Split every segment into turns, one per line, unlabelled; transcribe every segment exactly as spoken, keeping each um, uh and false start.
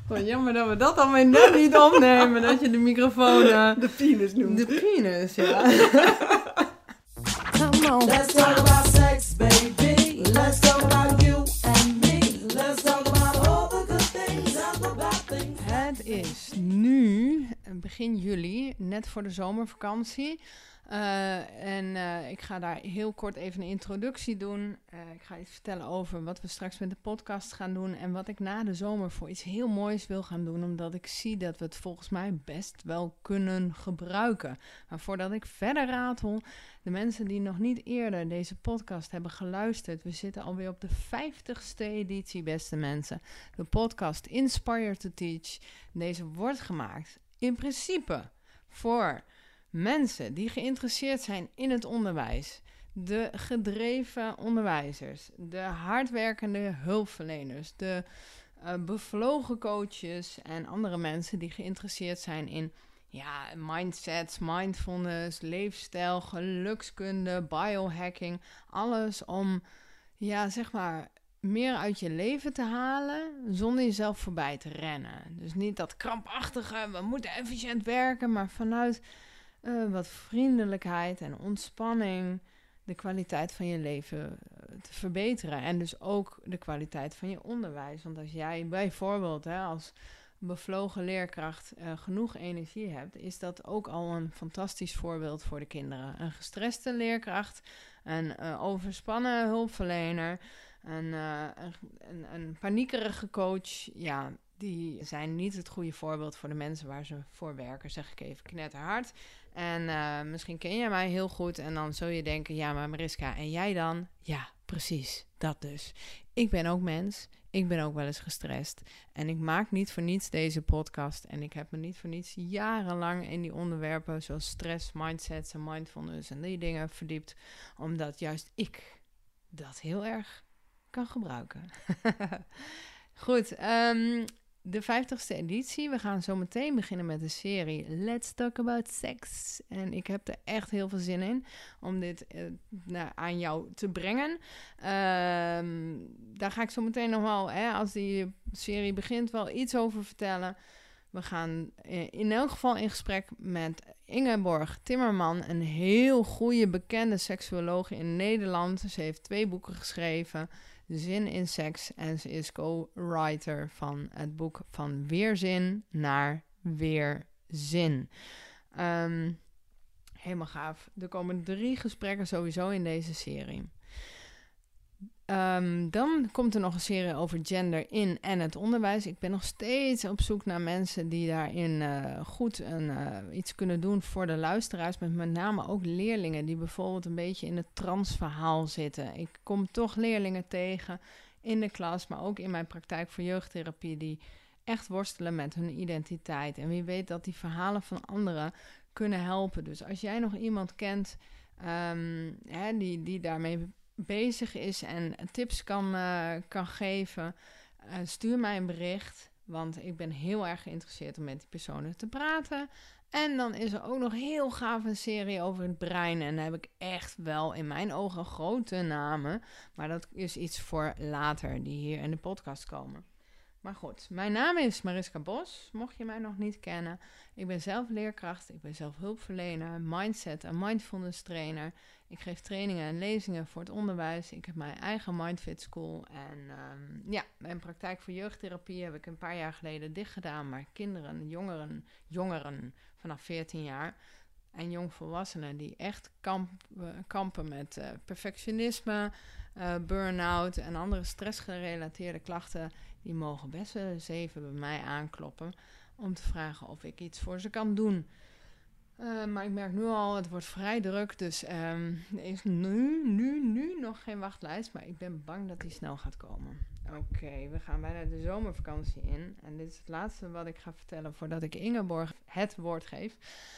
Oh, jammer dat we dat dan weer net niet opnemen. Dat je de microfoon... Uh,
de penis noemt.
De penis, ja.
Come on. Let's talk about sex, baby. Let's talk about you and me. Let's talk about all the good things and the bad things.
Het is nu, begin juli, net voor de zomervakantie. Uh, en uh, ik ga daar heel kort even een introductie doen. Uh, ik ga iets vertellen over wat we straks met de podcast gaan doen. En wat ik na de zomer voor iets heel moois wil gaan doen. Omdat ik zie dat we het volgens mij best wel kunnen gebruiken. Maar voordat ik verder ratel, de mensen die nog niet eerder deze podcast hebben geluisterd. We zitten alweer op de vijftigste editie, beste mensen. De podcast Inspire to Teach. Deze wordt gemaakt in principe voor mensen die geïnteresseerd zijn in het onderwijs, de gedreven onderwijzers, de hardwerkende hulpverleners, de uh, bevlogen coaches en andere mensen die geïnteresseerd zijn in ja, mindsets, mindfulness, leefstijl, gelukskunde, biohacking, alles om ja, zeg maar meer uit je leven te halen zonder jezelf voorbij te rennen. Dus niet dat krampachtige, we moeten efficiënt werken, maar vanuit Uh, wat vriendelijkheid en ontspanning de kwaliteit van je leven uh, te verbeteren. En dus ook de kwaliteit van je onderwijs. Want als jij bijvoorbeeld hè, als bevlogen leerkracht uh, genoeg energie hebt, is dat ook al een fantastisch voorbeeld voor de kinderen. Een gestreste leerkracht, een uh, overspannen hulpverlener, een, uh, een, een, een paniekerige coach, ja, die zijn niet het goede voorbeeld voor de mensen waar ze voor werken, zeg ik even knetterhard. En uh, misschien ken jij mij heel goed en dan zul je denken, ja, maar Mariska, en jij dan? Ja, precies, dat dus. Ik ben ook mens, ik ben ook wel eens gestrest. En ik maak niet voor niets deze podcast en ik heb me niet voor niets jarenlang in die onderwerpen zoals stress, mindsets en mindfulness en die dingen verdiept. Omdat juist ik dat heel erg kan gebruiken. Goed, um, de vijftigste editie. We gaan zo meteen beginnen met de serie Let's Talk About Sex. En ik heb er echt heel veel zin in om dit uh, nou, aan jou te brengen. Um, daar ga ik zo meteen nog wel, hè, als die serie begint, wel iets over vertellen. We gaan in elk geval in gesprek met Ingeborg Timmerman, een heel goede bekende seksuoloog in Nederland. Ze heeft twee boeken geschreven, Zin in Seks, en ze is co-writer van het boek Van Weerzin naar Weerzin. Um, helemaal gaaf. Er komen drie gesprekken sowieso in deze serie. Um, dan komt er nog een serie over gender in en het onderwijs. Ik ben nog steeds op zoek naar mensen die daarin uh, goed een, uh, iets kunnen doen voor de luisteraars. Met met name ook leerlingen die bijvoorbeeld een beetje in het transverhaal zitten. Ik kom toch leerlingen tegen in de klas, maar ook in mijn praktijk voor jeugdtherapie die echt worstelen met hun identiteit. En wie weet dat die verhalen van anderen kunnen helpen. Dus als jij nog iemand kent um, hè, die, die daarmee bezig is en tips kan, uh, kan geven, uh, stuur mij een bericht, want ik ben heel erg geïnteresseerd om met die personen te praten. En dan is er ook nog heel gaaf een serie over het brein en daar heb ik echt wel in mijn ogen grote namen, maar dat is iets voor later die hier in de podcast komen. Maar goed, mijn naam is Mariska Bos, mocht je mij nog niet kennen. Ik ben zelf leerkracht, ik ben zelf hulpverlener, mindset en mindfulness trainer. Ik geef trainingen en lezingen voor het onderwijs. Ik heb mijn eigen Mindfit School. En um, ja, mijn praktijk voor jeugdtherapie heb ik een paar jaar geleden dicht gedaan. Maar kinderen, jongeren, jongeren vanaf veertien jaar en jongvolwassenen die echt kamp, uh, kampen met uh, perfectionisme, uh, burn-out en andere stressgerelateerde klachten, die mogen best wel eens even bij mij aankloppen om te vragen of ik iets voor ze kan doen. Uh, maar ik merk nu al, het wordt vrij druk, dus um, er is nu, nu, nu nog geen wachtlijst, maar ik ben bang dat die snel gaat komen. Oké, okay, we gaan bijna de zomervakantie in en dit is het laatste wat ik ga vertellen voordat ik Ingeborg het woord geef.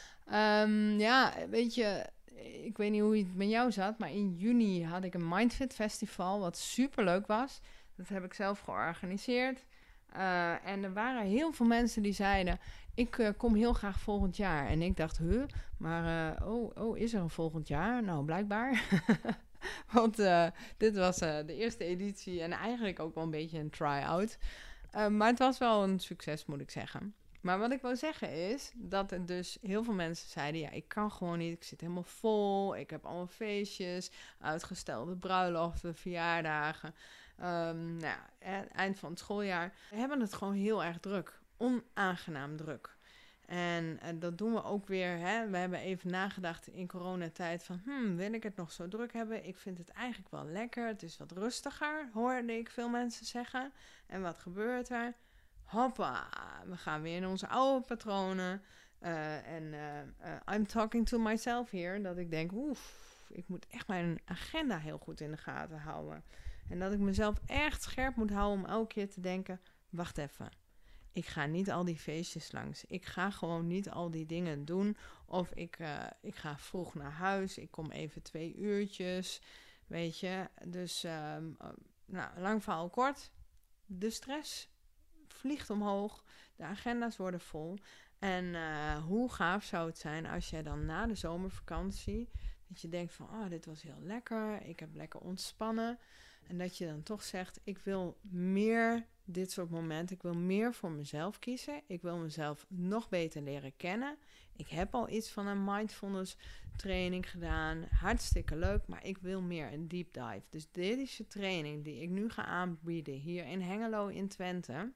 Um, ja, weet je, ik weet niet hoe het met jou zat, maar in juni had ik een Mindfit Festival, wat superleuk was. Dat heb ik zelf georganiseerd. Uh, en er waren heel veel mensen die zeiden, ik uh, kom heel graag volgend jaar. En ik dacht, huh, maar uh, oh, oh, is er een volgend jaar? Nou, blijkbaar. Want uh, dit was uh, de eerste editie en eigenlijk ook wel een beetje een try-out. Uh, maar het was wel een succes, moet ik zeggen. Maar wat ik wil zeggen is dat er dus heel veel mensen zeiden... ja, ik kan gewoon niet, ik zit helemaal vol. Ik heb allemaal feestjes, uitgestelde bruiloften, verjaardagen. Um, nou ja, eind van het schooljaar. We hebben het gewoon heel erg druk. Onaangenaam druk. En uh, dat doen we ook weer. Hè? We hebben even nagedacht in coronatijd van... Hmm, wil ik het nog zo druk hebben? Ik vind het eigenlijk wel lekker. Het is wat rustiger, hoorde ik veel mensen zeggen. En wat gebeurt er? Hoppa, we gaan weer in onze oude patronen. Uh, en uh, uh, I'm talking to myself here. Dat ik denk, oef, ik moet echt mijn agenda heel goed in de gaten houden. En dat ik mezelf echt scherp moet houden om elke keer te denken... wacht even, ik ga niet al die feestjes langs. Ik ga gewoon niet al die dingen doen. Of ik, uh, ik ga vroeg naar huis. Ik kom even twee uurtjes. Weet je, dus uh, uh, nou, lang verhaal kort. De stress vliegt omhoog. De agenda's worden vol. En uh, hoe gaaf zou het zijn als jij dan na de zomervakantie... dat je denkt van, oh, dit was heel lekker. Ik heb lekker ontspannen. En dat je dan toch zegt, ik wil meer dit soort momenten. Ik wil meer voor mezelf kiezen. Ik wil mezelf nog beter leren kennen. Ik heb al iets van een mindfulness training gedaan. Hartstikke leuk, maar ik wil meer een deep dive. Dus dit is de training die ik nu ga aanbieden hier in Hengelo in Twente.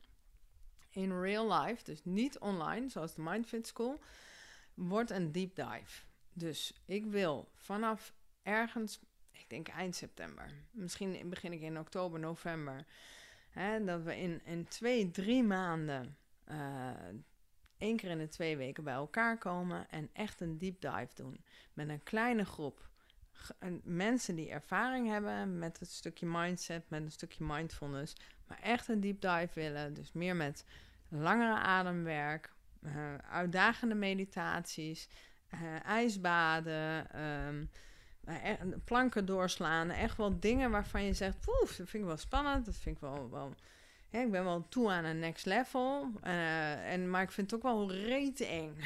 In real life, dus niet online, zoals de Mindfit School, wordt een deep dive. Dus ik wil vanaf ergens, ik denk eind september, misschien begin ik in oktober, november, hè, dat we in, in twee, drie maanden, uh, één keer in de twee weken bij elkaar komen en echt een deep dive doen. Met een kleine groep G- mensen die ervaring hebben met het stukje mindset, met een stukje mindfulness, maar echt een deep dive willen. Dus meer met langere ademwerk, uh, uitdagende meditaties, uh, ijsbaden, um, uh, planken doorslaan. Echt wel dingen waarvan je zegt, poef, dat vind ik wel spannend. Dat vind ik wel, wel ja, ik ben wel toe aan een next level. Uh, en, maar ik vind het ook wel rete eng.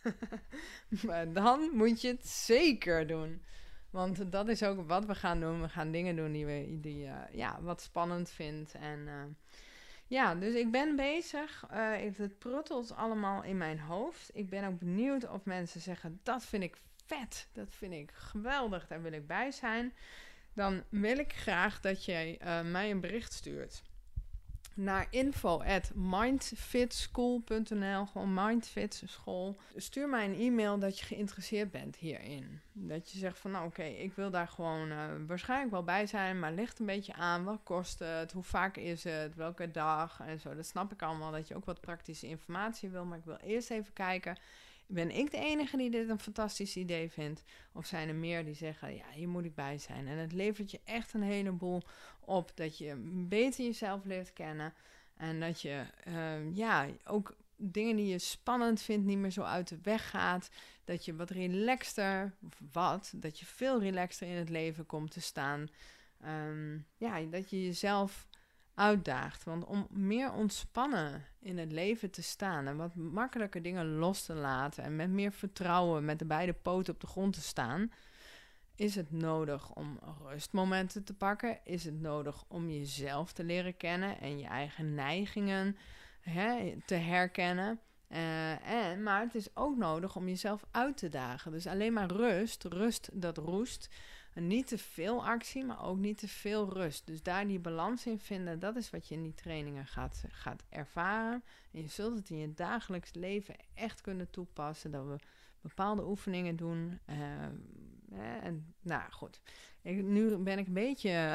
Maar dan moet je het zeker doen. Want dat is ook wat we gaan doen. We gaan dingen doen die we die, uh, ja, wat spannend vindt. En uh, ja, dus ik ben bezig. Uh, het pruttelt allemaal in mijn hoofd. Ik ben ook benieuwd of mensen zeggen, dat vind ik vet. Dat vind ik geweldig. Daar wil ik bij zijn. Dan wil ik graag dat jij uh, mij een bericht stuurt. Naar info at mindfitschool punt n l, gewoon Mindfit School. Stuur mij een e-mail dat je geïnteresseerd bent hierin. Dat je zegt van, nou oké, okay, ik wil daar gewoon uh, waarschijnlijk wel bij zijn, maar ligt een beetje aan, wat kost het, hoe vaak is het, welke dag en zo. Dat snap ik allemaal, dat je ook wat praktische informatie wil, maar ik wil eerst even kijken, ben ik de enige die dit een fantastisch idee vindt? Of zijn er meer die zeggen, ja, hier moet ik bij zijn. En het levert je echt een heleboel op. Dat je beter jezelf leert kennen. En dat je, uh, ja, ook dingen die je spannend vindt niet meer zo uit de weg gaat. Dat je wat relaxter, of wat, dat je veel relaxter in het leven komt te staan. Um, ja, dat je jezelf uitdaagt. Want om meer ontspannen in het leven te staan en wat makkelijker dingen los te laten en met meer vertrouwen met de beide poten op de grond te staan, is het nodig om rustmomenten te pakken. Is het nodig om jezelf te leren kennen en je eigen neigingen hè, te herkennen. Uh, en, maar het is ook nodig om jezelf uit te dagen. Dus alleen maar rust, rust dat roest. En niet te veel actie, maar ook niet te veel rust. Dus daar die balans in vinden, dat is wat je in die trainingen gaat, gaat ervaren. En je zult het in je dagelijks leven echt kunnen toepassen. Dat we bepaalde oefeningen doen. Uh, eh, en nou goed, ik, nu ben ik een beetje,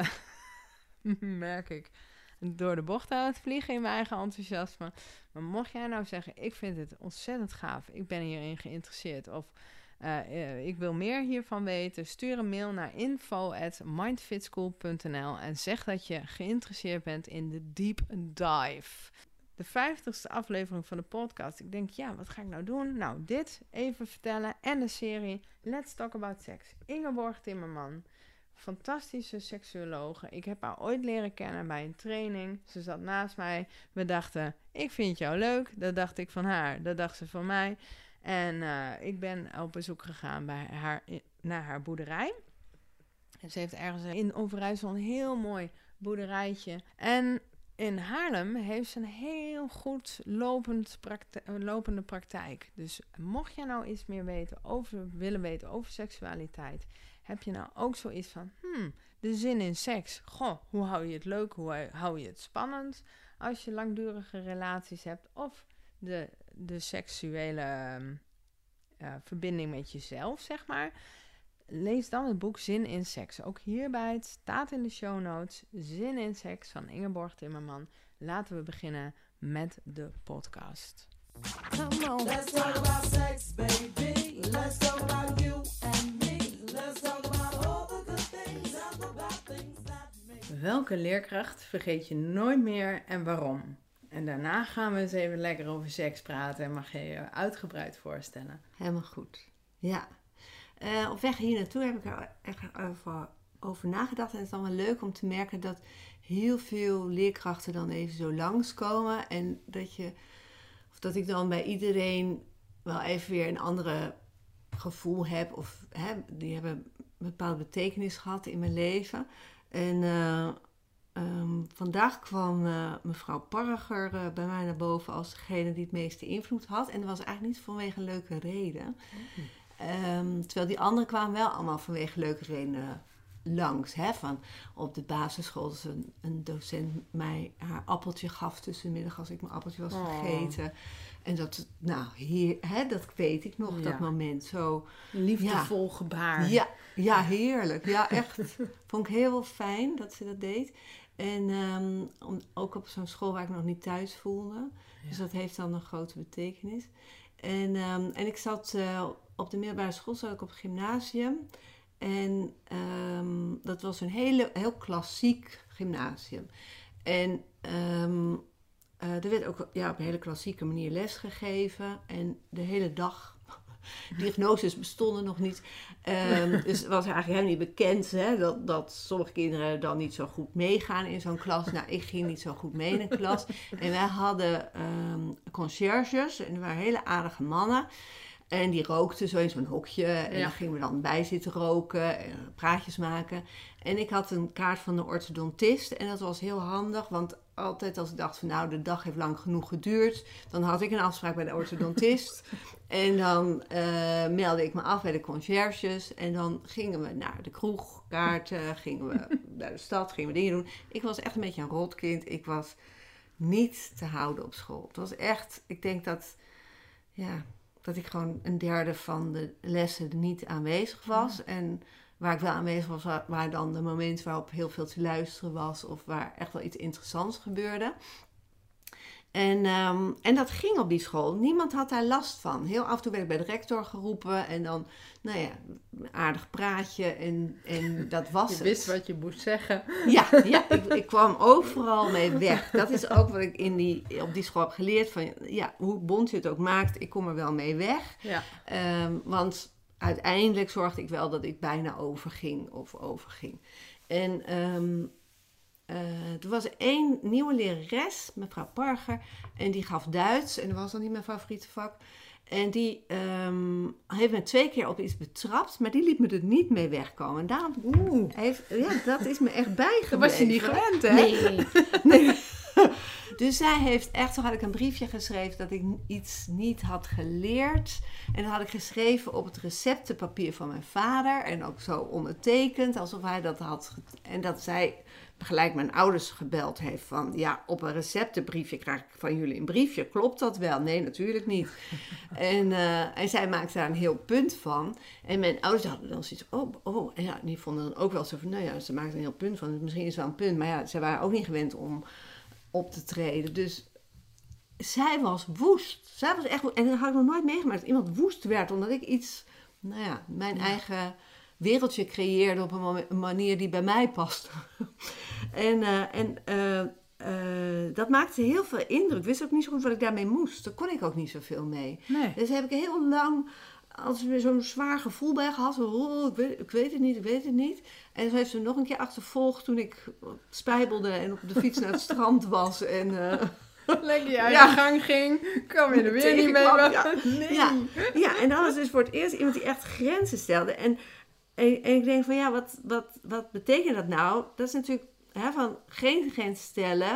merk ik, door de bocht aan het vliegen in mijn eigen enthousiasme. Maar mocht jij nou zeggen, ik vind het ontzettend gaaf, ik ben hierin geïnteresseerd of uh, uh, ik wil meer hiervan weten, stuur een mail naar info at mindfitschool punt n l en zeg dat je geïnteresseerd bent in de deep dive. De vijftigste aflevering van de podcast. Ik denk, ja, wat ga ik nou doen? Nou, dit even vertellen en de serie Let's Talk About Sex. Ingeborg Timmerman, fantastische seksuologe. Ik heb haar ooit leren kennen bij een training. Ze zat naast mij. We dachten, ik vind jou leuk. Dat dacht ik van haar. Dat dacht ze van mij. En uh, ik ben op bezoek gegaan bij haar, naar haar boerderij. En ze heeft ergens in Overijssel een heel mooi boerderijtje. En in Haarlem heeft ze een heel goed lopend prakti- lopende praktijk. Dus mocht je nou iets meer weten over, willen weten over seksualiteit, heb je nou ook zoiets van, hmm, de zin in seks. Goh, hoe hou je het leuk, hoe hou je het spannend als je langdurige relaties hebt, of de, de seksuele uh, verbinding met jezelf, zeg maar. Lees dan het boek Zin in Seks. Ook hierbij, het staat in de show notes, Zin in Seks van Ingeborg Timmerman. Laten we beginnen met de podcast.
Come on. Let's talk about sex, baby. Let's talk about you and me. Let's talk about all the good things and the bad things that make...
Welke leerkracht vergeet je nooit meer en waarom? En daarna gaan we eens even lekker over seks praten en mag je je uitgebreid voorstellen.
Helemaal goed. Ja. Uh, op weg hier naartoe heb ik er echt over, over nagedacht. En het is dan wel leuk om te merken dat heel veel leerkrachten dan even zo langskomen. En dat, je, of dat ik dan bij iedereen wel even weer een andere gevoel heb. Of hè, die hebben een bepaalde betekenis gehad in mijn leven. En uh, um, vandaag kwam uh, mevrouw Parger uh, bij mij naar boven als degene die het meeste invloed had. En dat was eigenlijk niet vanwege een leuke reden. Mm. Um, terwijl die anderen kwamen wel allemaal vanwege leuke redenen langs. Hè? Van op de basisschool dat een, een docent mij haar appeltje gaf tussen de middag als ik mijn appeltje was
oh.
vergeten. En dat, nou, hier, hè, dat weet ik nog, ja. dat moment. Zo
liefdevol
ja.
gebaar.
Ja, ja, heerlijk. Ja, echt. Vond ik heel fijn dat ze dat deed. En um, om, ook op zo'n school waar ik nog niet thuis voelde. Ja. Dus dat heeft dan een grote betekenis. En, um, en ik zat... Uh, Op de middelbare school zat ik op het gymnasium. En um, dat was een hele, heel klassiek gymnasium. En um, uh, er werd ook ja, op een hele klassieke manier les gegeven. En de hele dag, diagnoses bestonden nog niet. Um, dus het was eigenlijk helemaal niet bekend hè, dat, dat sommige kinderen dan niet zo goed meegaan in zo'n klas. Nou, ik ging niet zo goed mee in een klas. En wij hadden um, conciërges en er waren hele aardige mannen. En die rookten zo in zo'n hokje. En ja. daar gingen we dan bij zitten roken. En praatjes maken. En ik had een kaart van de orthodontist. En dat was heel handig. Want altijd als ik dacht van nou de dag heeft lang genoeg geduurd. Dan had ik een afspraak bij de orthodontist. En dan uh, meldde ik me af bij de conciërges. En dan gingen we naar de kroegkaarten. Gingen we naar de stad. Gingen we dingen doen. Ik was echt een beetje een rotkind. Ik was niet te houden op school. Het was echt, ik denk dat... ja. dat ik gewoon een derde van de lessen niet aanwezig was. Ja. En waar ik wel aanwezig was, waren dan de momenten waarop heel veel te luisteren was. Of waar echt wel iets interessants gebeurde. En, um, en dat ging op die school. Niemand had daar last van. Heel af en toe werd ik bij de rector geroepen. En dan, nou ja, een aardig praatje. En, en dat was
je
het.
Je wist wat je moest zeggen.
Ja, ja ik, ik kwam overal mee weg. Dat is ook wat ik in die, op die school heb geleerd. Van, ja, hoe bond je het ook maakt, ik kom er wel mee weg.
Ja.
Um, want uiteindelijk zorgde ik wel dat ik bijna overging of overging. En... Um, Uh, er was één nieuwe lerares, mevrouw Parger, en die gaf Duits. En dat was dan niet mijn favoriete vak. En die um, heeft me twee keer op iets betrapt, maar die liet me er niet mee wegkomen. En daarom Oeh. heeft, ja, dat is me echt bijgebleven.
Dat was je niet gewend, hè?
Nee. nee. Dus zij heeft echt, toen had ik een briefje geschreven dat ik iets niet had geleerd. En dat had ik geschreven op het receptenpapier van mijn vader. En ook zo ondertekend, alsof hij dat had. En dat zij gelijk mijn ouders gebeld heeft van... ja, op een receptenbriefje krijg ik van jullie een briefje. Klopt dat wel? Nee, natuurlijk niet. en, uh, en zij maakte daar een heel punt van. En mijn ouders hadden dan zoiets oh, oh. En ja, die vonden dan ook wel zo van... nou ja, ze maakte een heel punt van. Dus misschien is het wel een punt. Maar ja, ze waren ook niet gewend om op te treden. Dus zij was woest. Zij was echt woest. En dat had ik nog nooit meegemaakt. Dat iemand woest werd omdat ik iets... nou ja, mijn ja. eigen... wereldje creëerde op een, moment, een manier die bij mij paste. en uh, en uh, uh, dat maakte heel veel indruk. Ik wist ook niet zo goed wat ik daarmee moest. Daar kon ik ook niet zoveel mee.
Nee.
Dus heb ik heel lang als weer zo'n zwaar gevoel bij gehad. Oh, ik, weet, ik weet het niet, ik weet het niet. En zo heeft ze nog een keer achtervolgd toen ik spijbelde en op de fiets naar het strand was. En... Uh,
lekker je uit ja. de gang ging, kwam je er weer niet mee.
Ja. Nee. Ja. ja, en dat was dus voor het eerst iemand die echt grenzen stelde. En En, en ik denk van ja, wat, wat, wat betekent dat nou? Dat is natuurlijk hè, van geen grens stellen.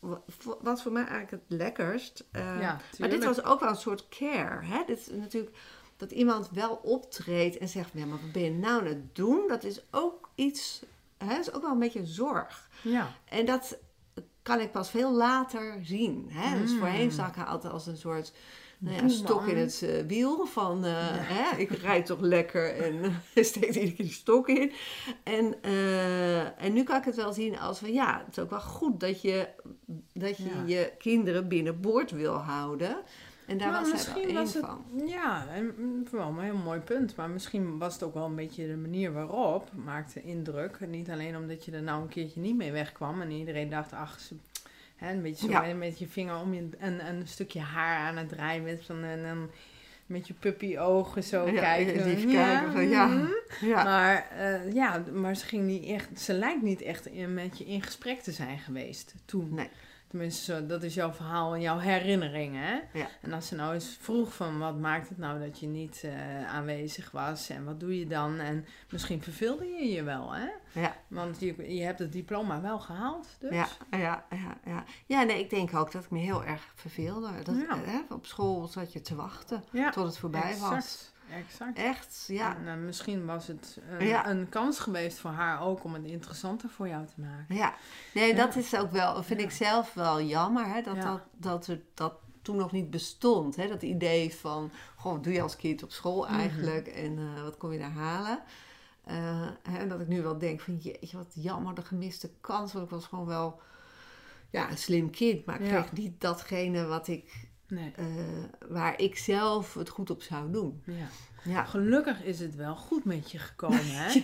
wa- was voor mij eigenlijk het lekkerst. Uh,
Ja,
maar dit
tuurlijk.
was ook wel een soort care. Hè? Dit is natuurlijk dat iemand wel optreedt en zegt, ja, maar wat ben je nou aan het doen? Dat is ook iets, hè? Dat is ook wel een beetje zorg.
Ja.
En dat kan ik pas veel later zien. Hè? Dus
Mm.
voorheen zag ik haar altijd als een soort nou ja,
Boeman.
stok in het uh, wiel. Van, uh, hè? Ik rijd toch lekker en uh, steekt iedere keer die stok in. En, uh, en nu kan ik het wel zien als van ja, het is ook wel goed dat je dat je,
Ja.
je kinderen binnenboord wil houden. En daar
Maar
was zij
misschien
wel één
was het,
van.
Ja, en mm, wel een heel mooi punt. Maar misschien was het ook wel een beetje de manier waarop maakte indruk. Niet alleen omdat je er nou een keertje niet mee wegkwam en iedereen dacht, ach, ze, hè, een beetje zo
Ja.
hè, met je vinger om je en een stukje haar aan het draaien met van en dan met je puppy ogen zo
Ja,
kijken.
lief kijken van, ja.
mhm.
Ja.
Maar uh, ja, maar ze ging niet echt, ze lijkt niet echt in, met je in gesprek te zijn geweest toen.
Nee.
Tenminste, zo, dat is jouw verhaal en jouw herinnering, hè?
Ja.
En als ze nou eens vroeg van, wat maakt het nou dat je niet uh, aanwezig was? En wat doe je dan? En misschien verveelde je je wel, hè?
Ja.
Want je, je hebt het diploma wel gehaald, dus.
Ja, ja, ja, ja. Ja, nee, ik denk ook dat ik me heel erg verveelde. Dat,
Ja.
hè, op school zat je te wachten
Ja,
tot het voorbij
exact,
was.
Exact.
Echt, ja.
En, uh, misschien was het uh,
Ja.
een kans geweest voor haar ook om het interessanter voor jou te maken.
Ja, nee,
Ja.
dat is ook wel, vind
Ja.
ik zelf wel jammer, hè, dat,
Ja.
dat, dat, er, dat toen nog niet bestond. Hè, dat idee van, goh, wat doe je als kind op school eigenlijk en uh, wat kom je daar halen? Uh, hè, en dat ik nu wel denk van, jeetje, wat jammer, de gemiste kans. Want ik was gewoon wel ja, een slim kind, maar ik
Ja.
kreeg niet datgene wat ik,
Nee.
uh, waar ik zelf het goed op zou doen.
Ja.
Ja.
Gelukkig is het wel goed met je gekomen, hè?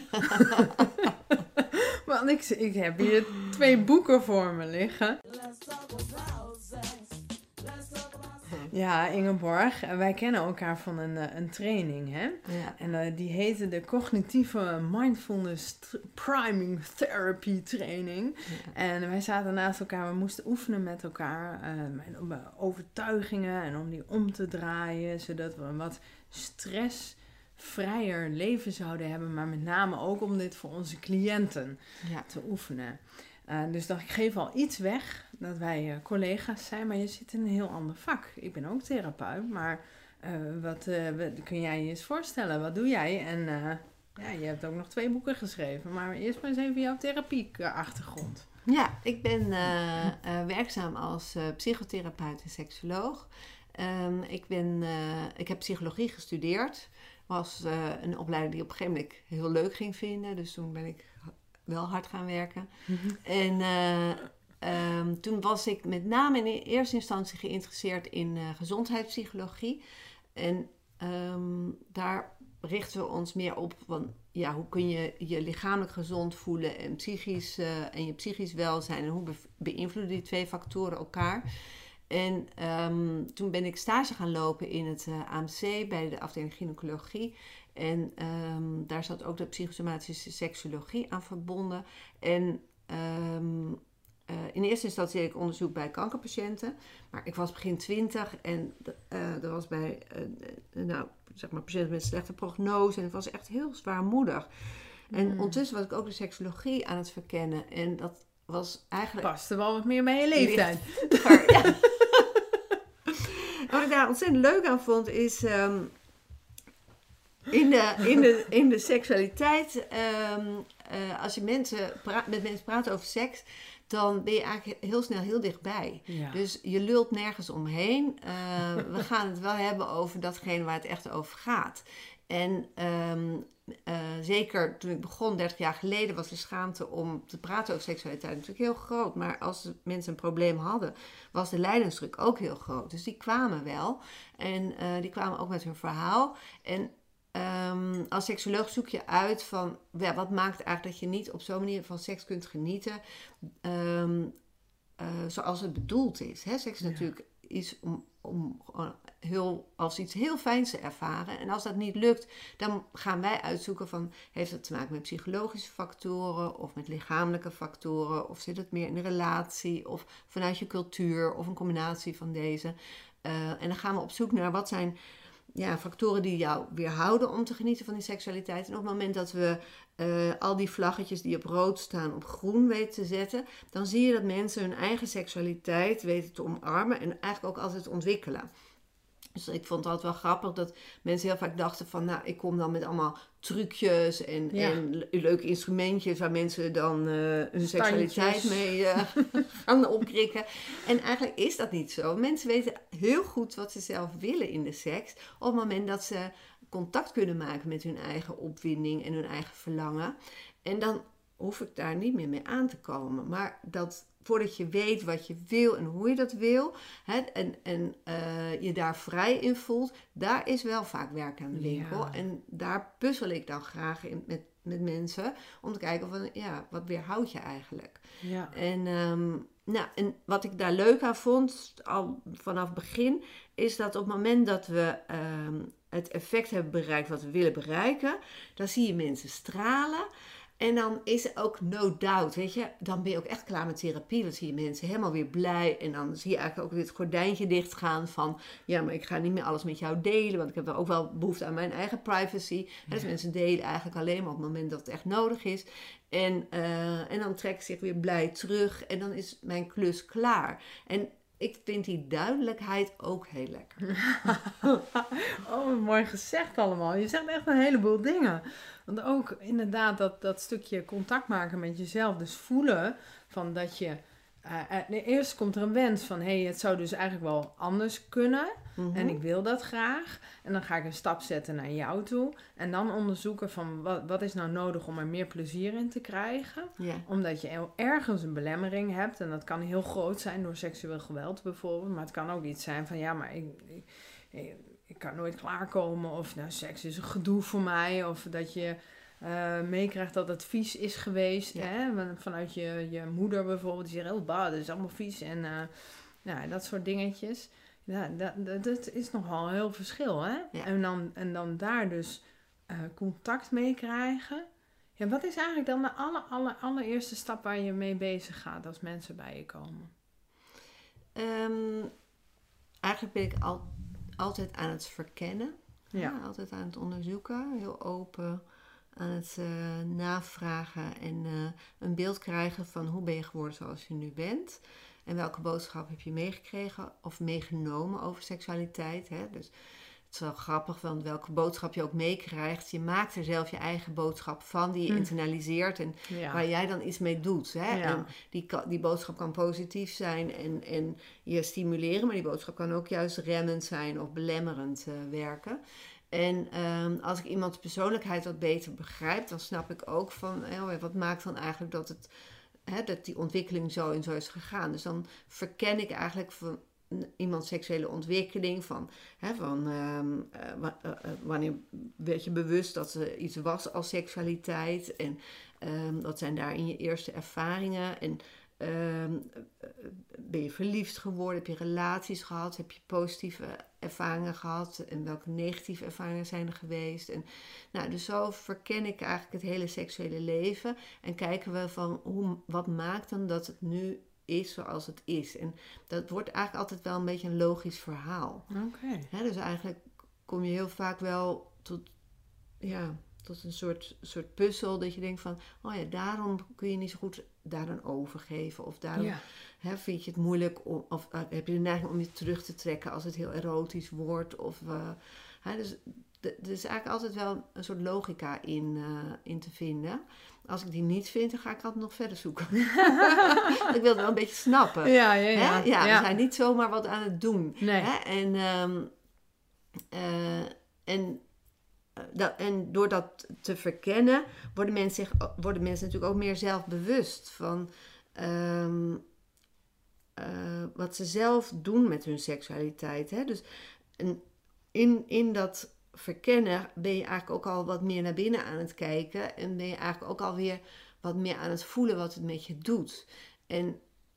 Want ik, ik heb hier twee boeken voor me liggen.
Let's talk about sex. Let's talk about sex.
Ja, Ingeborg, wij kennen elkaar van een, eh, een training, hè?
Ja.
En uh, die heette de Cognitieve Mindfulness T- Priming Therapy Training.
Ja.
En wij zaten naast elkaar, we moesten oefenen met elkaar uh, mijn uh, overtuigingen en om die om te draaien, zodat we een wat stressvrijer leven zouden hebben, maar met name ook om dit voor onze cliënten
Ja.
te oefenen. Uh, dus dacht ik, geef al iets weg dat wij uh, collega's zijn, maar je zit in een heel ander vak. Ik ben ook therapeut, maar uh, wat uh, wat, kun jij je eens voorstellen? Wat doe jij? En uh, ja, je hebt ook nog twee boeken geschreven, maar eerst maar eens even jouw therapie-achtergrond.
Ja, ik ben uh, uh, werkzaam als uh, psychotherapeut en seksoloog. Um, ik, ben, uh, ik heb psychologie gestudeerd. Was uh, een opleiding die op een gegeven moment heel leuk ging vinden. Dus toen ben ik wel hard gaan werken.
Mm-hmm.
En uh, um, toen was ik met name in eerste instantie geïnteresseerd in uh, gezondheidspsychologie. En um, daar richten we ons meer op van, ja, hoe kun je je lichamelijk gezond voelen en, psychisch, uh, en je psychisch welzijn. En hoe be- beïnvloeden die twee factoren elkaar. En um, toen ben ik stage gaan lopen in het uh, A M C bij de afdeling gynaecologie. En um, daar zat ook de psychosomatische seksologie aan verbonden. En um, uh, in eerste instantie deed ik onderzoek bij kankerpatiënten. Maar ik was begin twintig en uh, er was bij uh, nou, zeg maar patiënten met slechte prognose. En het was echt heel zwaarmoedig. En
Mm.
ondertussen was ik ook de seksologie aan het verkennen. En dat was eigenlijk...
Paste wel wat meer bij je leeftijd.
Maar, ja. Wat ik daar ontzettend leuk aan vond is... Um, in, de, in, de, in de seksualiteit... Um, uh, als je mensen pra- met mensen praat over seks... dan ben je eigenlijk heel snel heel dichtbij.
Ja.
Dus je lult nergens omheen. Uh, we gaan het wel hebben over datgene waar het echt over gaat. En um, uh, zeker toen ik begon, dertig jaar geleden, was de schaamte om te praten over seksualiteit natuurlijk heel groot. Maar als mensen een probleem hadden, was de lijdensdruk ook heel groot. Dus die kwamen wel. En uh, die kwamen ook met hun verhaal. En um, als seksoloog zoek je uit van, ja, wat maakt eigenlijk dat je niet op zo'n manier van seks kunt genieten, um, uh, zoals het bedoeld is. Hè? Seks is
Ja.
natuurlijk iets om, om heel, als iets heel fijns te ervaren. En als dat niet lukt, dan gaan wij uitzoeken van, heeft het te maken met psychologische factoren of met lichamelijke factoren, of zit het meer in de relatie of vanuit je cultuur of een combinatie van deze. Uh, en dan gaan we op zoek naar wat zijn ja, factoren die jou weerhouden om te genieten van die seksualiteit. En op het moment dat we uh, al die vlaggetjes die op rood staan op groen weten te zetten, dan zie je dat mensen hun eigen seksualiteit weten te omarmen en eigenlijk ook altijd ontwikkelen. Dus ik vond het altijd wel grappig dat mensen heel vaak dachten van, nou, ik kom dan met allemaal trucjes en,
Ja.
en le- leuke instrumentjes waar mensen dan uh, hun seksualiteit
Standjes.
mee uh, gaan opkrikken. En eigenlijk is dat niet zo. Mensen weten heel goed wat ze zelf willen in de seks op het moment dat ze contact kunnen maken met hun eigen opwinding en hun eigen verlangen. En dan hoef ik daar niet meer mee aan te komen. Maar dat voordat je weet wat je wil en hoe je dat wil, hè, en, en uh, je daar vrij in voelt, daar is wel vaak werk aan de winkel.
Ja.
En daar puzzel ik dan graag in met, met mensen, om te kijken van, ja, wat weerhoud je eigenlijk?
Ja.
En, um, nou, en wat ik daar leuk aan vond, al vanaf het begin, is dat op het moment dat we um, het effect hebben bereikt wat we willen bereiken, dan zie je mensen stralen. En dan is er ook no doubt, weet je, dan ben je ook echt klaar met therapie. Dan zie je mensen helemaal weer blij. En dan zie je eigenlijk ook weer het gordijntje dichtgaan van, ja, maar ik ga niet meer alles met jou delen, want ik heb wel ook wel behoefte aan mijn eigen privacy. Ja. Dus mensen delen eigenlijk alleen maar op het moment dat het echt nodig is. En, uh, en dan trekken ze zich weer blij terug en dan is mijn klus klaar. En ik vind die duidelijkheid ook heel lekker.
Oh, wat mooi gezegd allemaal. Je zegt echt een heleboel dingen. Want ook inderdaad dat, dat stukje contact maken met jezelf. Dus voelen van dat je... Uh, eerst komt er een wens van, hé, hey, het zou dus eigenlijk wel anders kunnen. Mm-hmm. En ik wil dat graag. En dan ga ik een stap zetten naar jou toe. En dan onderzoeken van, wat, wat is nou nodig om er meer plezier in te krijgen.
Ja.
Omdat je ergens een belemmering hebt. En dat kan heel groot zijn door seksueel geweld bijvoorbeeld. Maar het kan ook iets zijn van, ja, maar ik... ik, ik Ik kan nooit klaarkomen of nou, seks is een gedoe voor mij. Of dat je uh, meekrijgt dat het vies is geweest.
Ja.
Hè? Vanuit je, je moeder bijvoorbeeld. Die zegt, oh bah, dat is allemaal vies. En uh, nou, dat soort dingetjes. Ja, dat, dat, dat is nogal een heel verschil. Hè?
Ja.
En, dan, en dan daar dus uh, contact mee krijgen. Ja, wat is eigenlijk dan de aller, aller, allereerste stap waar je mee bezig gaat als mensen bij je komen?
Um, eigenlijk ben ik al... altijd aan het verkennen,
ja.
Ja, altijd aan het onderzoeken, heel open aan het uh, navragen en uh, een beeld krijgen van hoe ben je geworden zoals je nu bent en welke boodschap heb je meegekregen of meegenomen over seksualiteit. Hè? Dus het is wel grappig, want welke boodschap je ook meekrijgt, je maakt er zelf je eigen boodschap van die je hm. internaliseert en ja. waar jij dan iets mee doet. Hè? Ja. En die, die boodschap kan positief zijn en, en je stimuleren, maar die boodschap kan ook juist remmend zijn of belemmerend uh, werken. En um, als ik iemands persoonlijkheid wat beter begrijp, dan snap ik ook van, oh, wat maakt dan eigenlijk dat, het, hè, dat die ontwikkeling zo en zo is gegaan. Dus dan verken ik eigenlijk van iemands seksuele ontwikkeling, van, hè, van um, uh, uh, uh, wanneer werd je bewust dat er iets was als seksualiteit en um, wat zijn daarin je eerste ervaringen en um, ben je verliefd geworden, heb je relaties gehad, heb je positieve ervaringen gehad en welke negatieve ervaringen zijn er geweest. En, nou, dus zo verken ik eigenlijk het hele seksuele leven en kijken we van hoe, wat maakt dan dat het nu is zoals het is. En dat wordt eigenlijk altijd wel een beetje een logisch verhaal.
Okay.
He, dus eigenlijk kom je heel vaak wel tot, ja, tot een soort, soort puzzel dat je denkt van, oh ja, daarom kun je niet zo goed daaraan overgeven. Of daarom
ja.
he, vind je het moeilijk, om, of uh, heb je de neiging om je terug te trekken als het heel erotisch wordt. Of, uh, he, dus er is eigenlijk altijd wel een soort logica in, uh, in te vinden. Als ik die niet vind, dan ga ik altijd nog verder zoeken. Ik wil het wel een beetje snappen.
Ja, ja, ja.
Hè? Ja,
ja.
we zijn niet zomaar wat aan het doen.
Nee.
Hè? En, um, uh, en, uh, dat, en door dat te verkennen, worden mensen, zich, worden mensen natuurlijk ook meer zelfbewust van um, uh, wat ze zelf doen met hun seksualiteit. Hè? Dus in, in dat verkennen ben je eigenlijk ook al wat meer naar binnen aan het kijken. En ben je eigenlijk ook alweer wat meer aan het voelen wat het met je doet. En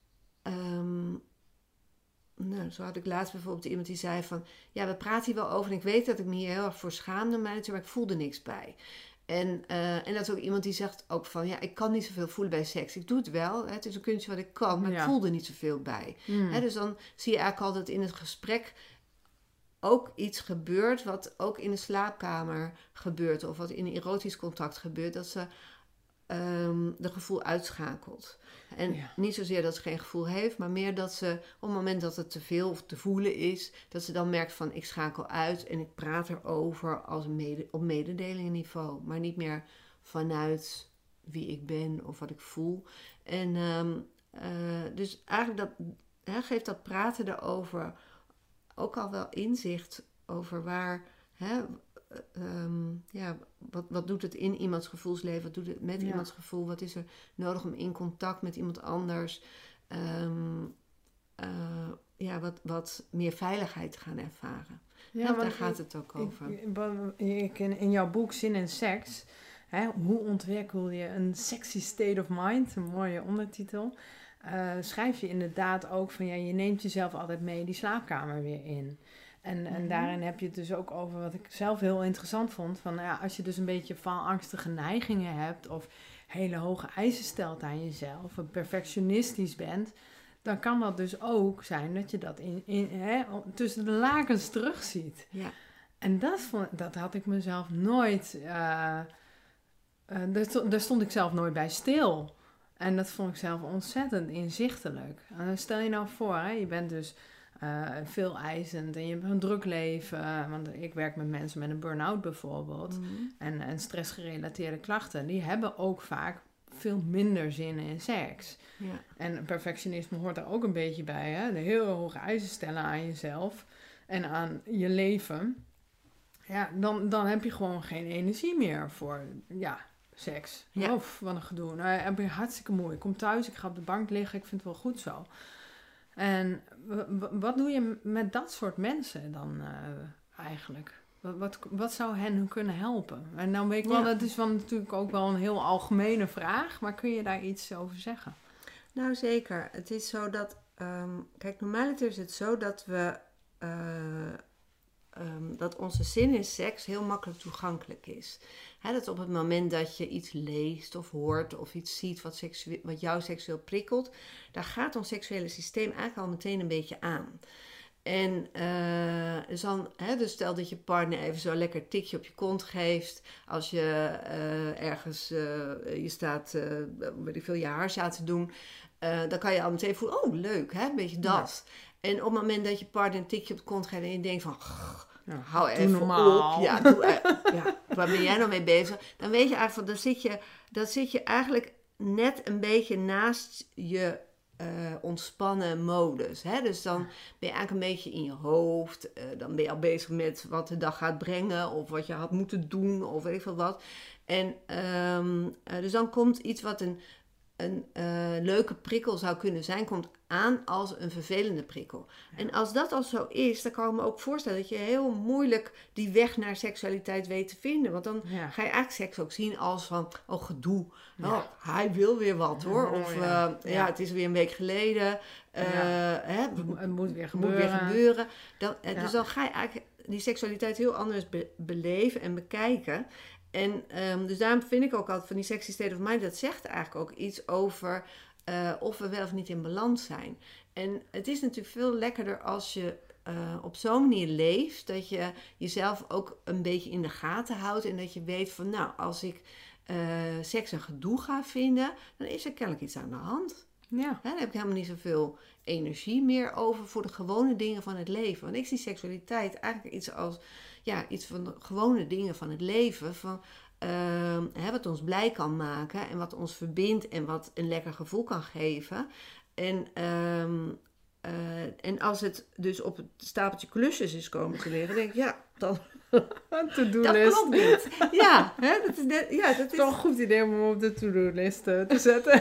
um, nou, zo had ik laatst bijvoorbeeld iemand die zei van, ja, we praten hier wel over en ik weet dat ik me hier heel erg voor schaamde, maar ik voelde niks bij. En, uh, en dat is ook iemand die zegt ook van, ja, ik kan niet zoveel voelen bij seks. Ik doe het wel, hè, het is een kunstje wat ik kan, maar ja. ik voelde niet zoveel bij. Mm. Hè, dus dan zie je eigenlijk altijd in het gesprek ook iets gebeurt wat ook in de slaapkamer gebeurt. Of wat in een erotisch contact gebeurt. Dat ze um, de gevoel uitschakelt. En
Ja.
niet zozeer dat ze geen gevoel heeft. Maar meer dat ze op het moment dat het te veel of te voelen is. Dat ze dan merkt van ik schakel uit. En ik praat erover als een mede, op mededelingenniveau. Maar niet meer vanuit wie ik ben of wat ik voel. En um, uh, dus eigenlijk dat, hè, geeft dat praten erover ook al wel inzicht over waar, hè, um, ja, wat, wat doet het in iemands gevoelsleven, wat doet het met
Ja.
iemands gevoel, wat is er nodig om in contact met iemand anders, um, uh, ja, wat, wat meer veiligheid te gaan ervaren.
Ja,
Ja,
want
daar
ik-
gaat het ook over.
Ik, wat- ik, in, in jouw boek Zin en Seks, hè, hoe ontwikkel je een sexy state of mind, een mooie ondertitel, uh, schrijf je inderdaad ook van ja, je neemt jezelf altijd mee die slaapkamer weer in. En,
Mhm.
en daarin heb je het dus ook over wat ik zelf heel interessant vond, van ja, als je dus een beetje valangstige neigingen hebt of hele hoge eisen stelt aan jezelf, of perfectionistisch bent, dan kan dat dus ook zijn dat je dat in, in, hè, tussen de lakens terugziet.
Ja.
En dat, vond, dat had ik mezelf nooit... Uh, uh, daar, stond, daar stond ik zelf nooit bij stil. En dat vond ik zelf ontzettend inzichtelijk. En dan stel je nou voor, hè, je bent dus uh, veel eisend en je hebt een druk leven. Uh, want ik werk met mensen met een burn-out bijvoorbeeld.
Mhm.
En, en stressgerelateerde klachten. Die hebben ook vaak veel minder zin in seks.
Ja.
En perfectionisme hoort er ook een beetje bij. Hè? De heel hoge eisen stellen aan jezelf en aan je leven. Ja, dan, dan heb je gewoon geen energie meer voor ja, seks.
Ja.
Of wat een gedoe. Nou, ik ben hartstikke moe. Ik kom thuis, ik ga op de bank liggen. Ik vind het wel goed zo. En w- w- wat doe je met dat soort mensen dan uh, eigenlijk? Wat, wat, wat zou hen kunnen helpen? En dan weet ik wel,
Ja.
dat is wel natuurlijk ook wel een heel algemene vraag. Maar kun je daar iets over zeggen?
Nou, zeker. Het is zo dat... Um, kijk, normaliter is het zo dat we... Uh, um, dat onze zin in seks heel makkelijk toegankelijk is. Hè, dat op het moment dat je iets leest of hoort of iets ziet wat, seksu- wat jou seksueel prikkelt, daar gaat ons seksuele systeem eigenlijk al meteen een beetje aan. En uh, dus, dan, hè, dus stel dat je partner even zo lekker een tikje op je kont geeft. Als je uh, ergens, uh, je staat, uh, weet ik veel, je haarsja te doen. Uh, dan kan je al meteen voelen, oh leuk, hè, een beetje dat. Ja. En op het moment dat je partner een tikje op de kont geeft en je denkt van, ja, hou even
normaal.
op. Ja, doe, uh, ja, waar ben jij nou mee bezig? Dan weet je eigenlijk van, dan zit je, dan zit je eigenlijk net een beetje naast je... Uh, ontspannen modus. Hè? Dus dan ben je eigenlijk een beetje in je hoofd. Uh, dan ben je al bezig met wat de dag gaat brengen. Of wat je had moeten doen. Of weet ik veel wat. En um, uh, dus dan komt iets wat een, een uh, leuke prikkel zou kunnen zijn. Komt aan als een vervelende prikkel. Ja. En als dat al zo is. Dan kan ik me ook voorstellen dat je heel moeilijk die weg naar seksualiteit weet te vinden. Want dan ja. ga je eigenlijk seks ook zien als van, oh gedoe. Ja. Oh, hij wil weer wat hoor. Of ja. Uh, ja. ja, het is weer een week geleden. Uh,
ja.
hè,
het moet weer gebeuren.
Moet weer gebeuren. Dan, ja. Dus dan ga je eigenlijk die seksualiteit heel anders be- beleven en bekijken. En um, dus daarom vind ik ook altijd van die sexy state of mind. Dat zegt eigenlijk ook iets over uh, of we wel of niet in balans zijn. En het is natuurlijk veel lekkerder als je uh, op zo'n manier leeft. Dat je jezelf ook een beetje in de gaten houdt. En dat je weet van nou, als ik uh, seks een gedoe ga vinden, dan is er kennelijk iets aan de hand.
Ja.
He, dan heb ik helemaal niet zoveel energie meer over voor de gewone dingen van het leven. Want ik zie seksualiteit eigenlijk iets als ja, iets van de gewone dingen van het leven. Van, uh, hè, wat ons blij kan maken en wat ons verbindt en wat een lekker gevoel kan geven. En, um, uh, en als het dus op het stapeltje klusjes is komen te liggen, denk ik ja, dan...
To-do-list.
Dat klopt niet. Ja, hè, dat is net, ja, dat is
toch een goed idee om hem op de to-do-list uh, te zetten.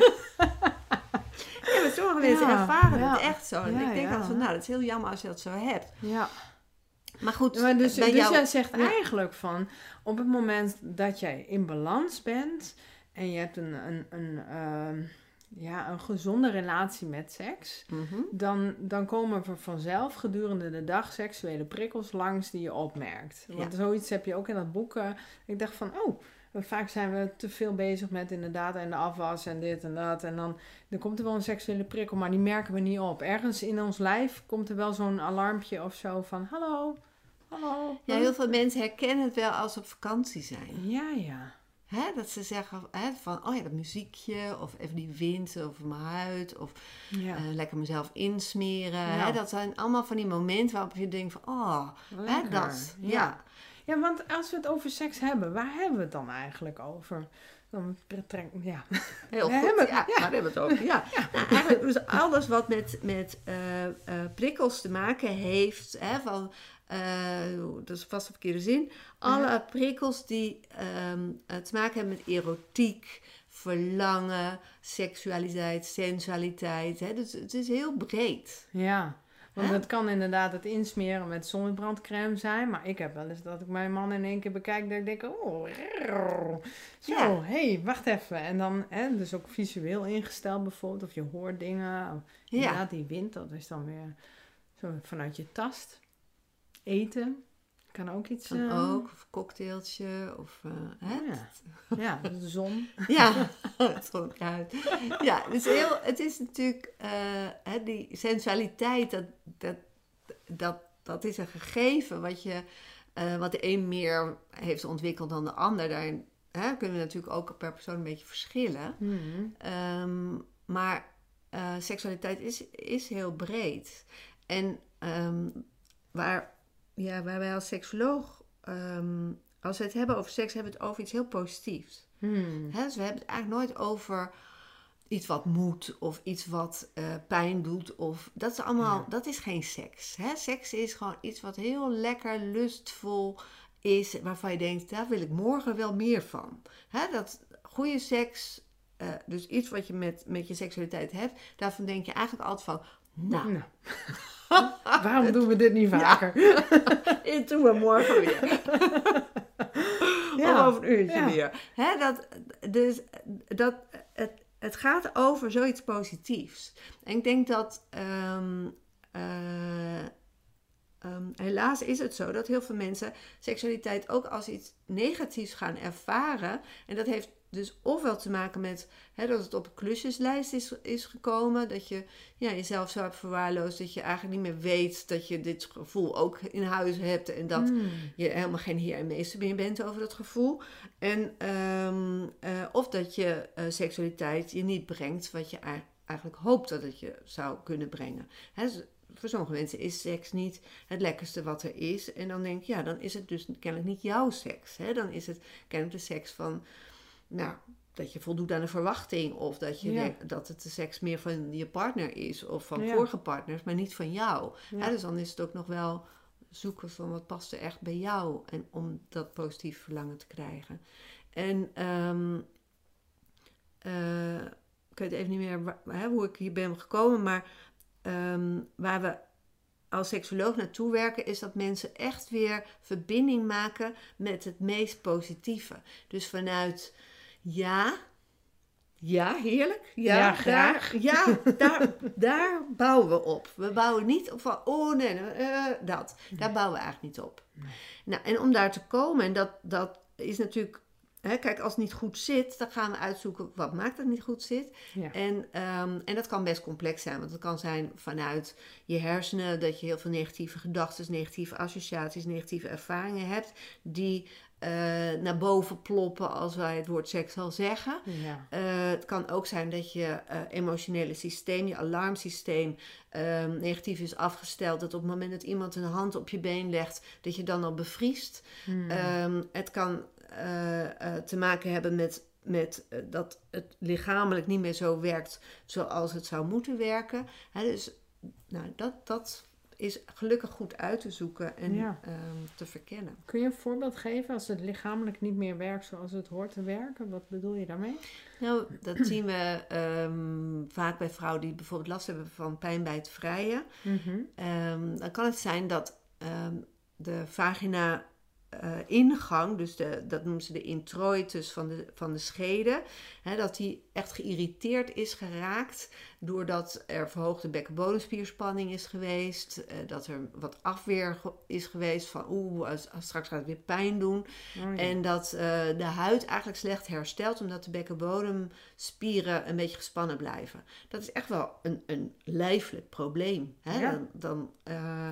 Ja, maar sommige mensen ja, ervaren ja. het echt zo. En
ja,
ik denk
ja.
altijd van, nou, dat is heel jammer als je dat zo hebt.
Ja.
Maar goed,
maar dus,
bij
dus
jou...
jij zegt
ja.
eigenlijk van, op het moment dat jij in balans bent en je hebt een, een, een, uh, ja, een gezonde relatie met seks,
Mm-hmm.
dan, dan komen er vanzelf gedurende de dag seksuele prikkels langs die je opmerkt. Want
Ja.
zoiets heb je ook in dat boek. Uh, ik dacht van, oh... Vaak zijn we te veel bezig met inderdaad en de afwas en dit en dat. En dan, dan komt er wel een seksuele prikkel, maar die merken we niet op. Ergens in ons lijf komt er wel zo'n alarmpje of zo van... Hallo, Oh,
Ja, heel veel mensen herkennen het wel als ze op vakantie zijn.
Ja, ja.
Hè, dat ze zeggen hè, van, oh ja, dat muziekje, of even die wind over mijn huid, of
Ja,
eh, lekker mezelf insmeren.
Ja.
Hè, dat zijn allemaal van die momenten waarop je denkt van, oh, hè,
lekker.
dat.
Ja.
Ja.
Ja, want als we het over seks hebben, waar hebben we het dan eigenlijk over? Dan betrek, ja.
Heel
We
goed,
hebben-
ja,
ja.
daar hebben we het over. Ja. Nou, eigenlijk dus alles wat met, met eh, eh, prikkels te maken heeft, hè, van, eh, dat is vast een verkeerde zin, alle prikkels die ehm, eh, te maken hebben met erotiek, verlangen, seksualiteit, sensualiteit. Hè. Dus het is heel breed.
Ja, want
Hè?
het kan inderdaad het insmeren met zonnebrandcrème zijn. Maar ik heb wel eens dat ik mijn man in één keer bekijk dat ik denk, oh, rrr. Zo,
Ja.
hé, hey, wacht even. En dan, hè, dus ook visueel ingesteld bijvoorbeeld, of je hoort dingen. Of,
Ja.
inderdaad, die wind, dat is dan weer zo vanuit je tast. Eten, kan ook iets...
Kan
eh,
ook, of een cocktailtje, of... eh, hè.
oh ja. Ja, de zon.
Ja, het komt uit. Ja, dus heel, het is natuurlijk, eh, hè, die sensualiteit, dat, dat, dat, dat is een gegeven wat, je, eh, wat de een meer heeft ontwikkeld dan de ander. Daarin hè, kunnen we natuurlijk ook per persoon een beetje verschillen.
Hmm.
Ehm, maar eh, seksualiteit is, is heel breed. En ehm, waar, ja, waar wij als seksoloog, ehm, als we het hebben over seks, hebben we het over iets heel positiefs.
Hmm.
Hè, dus we hebben het eigenlijk nooit over iets wat moet of iets wat eh, pijn doet. Of, dat is allemaal,
Ja.
dat is geen seks. Hè? Seks is gewoon iets wat heel lekker, lustvol is. Waarvan je denkt, daar wil ik morgen wel meer van. Hè? Dat goede seks, eh, dus iets wat je met, met je seksualiteit hebt. Daarvan denk je eigenlijk altijd van, nou,
Nou. Waarom doen we dit niet vaker?
dit doen we morgen weer. Of over een uurtje
Ja.
weer. Hè, dat, dus dat, het, het gaat over zoiets positiefs. En ik denk dat ehm, eh, ehm, helaas is het zo dat heel veel mensen seksualiteit ook als iets negatiefs gaan ervaren. En dat heeft dus ofwel te maken met hè, dat het op een klusjeslijst is, is gekomen. Dat je ja, jezelf zo hebt verwaarloosd dat je eigenlijk niet meer weet dat je dit gevoel ook in huis hebt. En dat
Hmm.
je helemaal geen heer en meester meer bent over dat gevoel. En, ehm, eh, of dat je eh, seksualiteit je niet brengt wat je a- eigenlijk hoopt dat het je zou kunnen brengen. Hè, dus voor sommige mensen is seks niet het lekkerste wat er is. En dan denk ik, ja, dan is het dus kennelijk niet jouw seks. Hè? Dan is het kennelijk de seks van, nou, dat je voldoet aan een verwachting. Of dat, je
Ja.
denkt dat het de seks meer van je partner is. Of van
Ja.
vorige partners, maar niet van jou.
Ja.
Hè, dus dan is het ook nog wel zoeken van wat past er echt bij jou. En om dat positief verlangen te krijgen. En ehm, eh, ik weet even niet meer wa- hè, hoe ik hier ben gekomen. Maar ehm, waar we als seksoloog naartoe werken, is dat mensen echt weer verbinding maken met het meest positieve. Dus vanuit ja, ja, heerlijk. Ja,
Ja, graag.
Daar, ja, daar, daar bouwen we op. We bouwen niet op van, oh nee, eh, dat. Daar bouwen we eigenlijk niet op. Nou, en om daar te komen, en dat, dat is natuurlijk, hè, kijk, als het niet goed zit, dan gaan we uitzoeken wat maakt dat het niet goed zit.
Ja.
En, ehm, en dat kan best complex zijn, want het kan zijn vanuit je hersenen dat je heel veel negatieve gedachten, negatieve associaties, negatieve ervaringen hebt, die eh, naar boven ploppen als wij het woord seks al zeggen.
Ja.
Eh, het kan ook zijn dat je eh, emotionele systeem, je alarmsysteem, ehm, negatief is afgesteld. Dat op het moment dat iemand een hand op je been legt, dat je dan al bevriest.
Hmm.
Ehm, het kan eh, eh, te maken hebben met, met eh, dat het lichamelijk niet meer zo werkt zoals het zou moeten werken. Hè, dus nou, dat, dat is gelukkig goed uit te zoeken en
Ja.
ehm, te verkennen.
Kun je een voorbeeld geven als het lichamelijk niet meer werkt zoals het hoort te werken? Wat bedoel je daarmee?
Nou, dat zien we ehm, vaak bij vrouwen die bijvoorbeeld last hebben van pijn bij het vrijen.
Mhm.
Ehm, dan kan het zijn dat ehm, de vagina eh, ingang, dus de, dat noemen ze de introitus van de, van de schede, hè, dat die echt geïrriteerd is geraakt doordat er verhoogde bekkenbodemspierspanning is geweest, eh, dat er wat afweer ge- is geweest van oeh, als, als straks gaat het weer pijn doen.
Oh, ja.
En dat eh, de huid eigenlijk slecht herstelt, omdat de bekkenbodemspieren een beetje gespannen blijven. Dat is echt wel een, een lijfelijk probleem. Hè?
Ja.
Dan, dan, eh,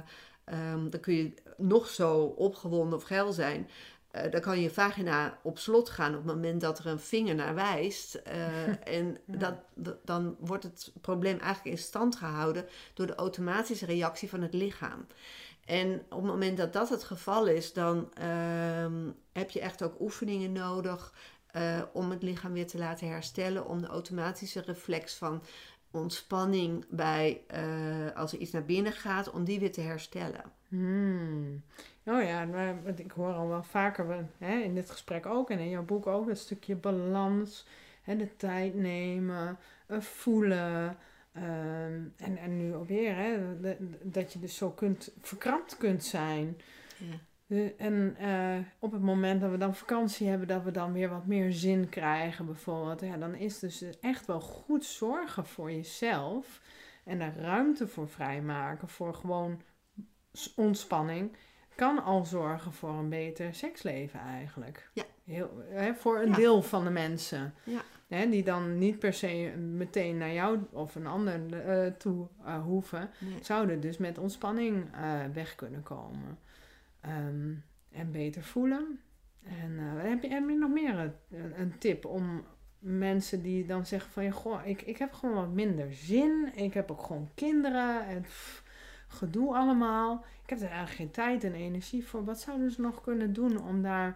um, dan kun je nog zo opgewonden of geil zijn. Uh, dan kan je vagina op slot gaan op het moment dat er een vinger naar wijst. Uh, en
Ja.
dat, dat, dan wordt het probleem eigenlijk in stand gehouden door de automatische reactie van het lichaam. En op het moment dat dat het geval is, dan um, heb je echt ook oefeningen nodig uh, om het lichaam weer te laten herstellen. Om de automatische reflex van ontspanning bij, uh, als er iets naar binnen gaat, om die weer te herstellen.
Hmm. Oh ja, maar ik hoor al wel vaker hè, in dit gesprek ook en in jouw boek ook dat stukje balans, hè, de tijd nemen, uh, voelen. Um, en, en nu alweer, hè, de, de, dat je dus zo kunt, verkrampt kunt zijn.
Ja.
De, en uh, op het moment dat we dan vakantie hebben, dat we dan weer wat meer zin krijgen bijvoorbeeld. Ja, dan is dus echt wel goed zorgen voor jezelf en daar ruimte voor vrijmaken, voor gewoon ontspanning, kan al zorgen voor een beter seksleven eigenlijk.
Ja.
Heel, hè, voor een
Ja.
deel van de mensen.
Ja.
Hè, die dan niet per se meteen naar jou of een ander uh, toe uh, hoeven,
Nee.
zouden dus met ontspanning uh, weg kunnen komen. Um, en beter voelen. En uh, heb, je, heb je nog meer een, een tip om mensen die dan zeggen van, ja, goh, ik, ik heb gewoon wat minder zin. Ik heb ook gewoon kinderen en pff, gedoe allemaal. Ik heb er eigenlijk geen tijd en energie voor. Wat zouden ze nog kunnen doen om daar...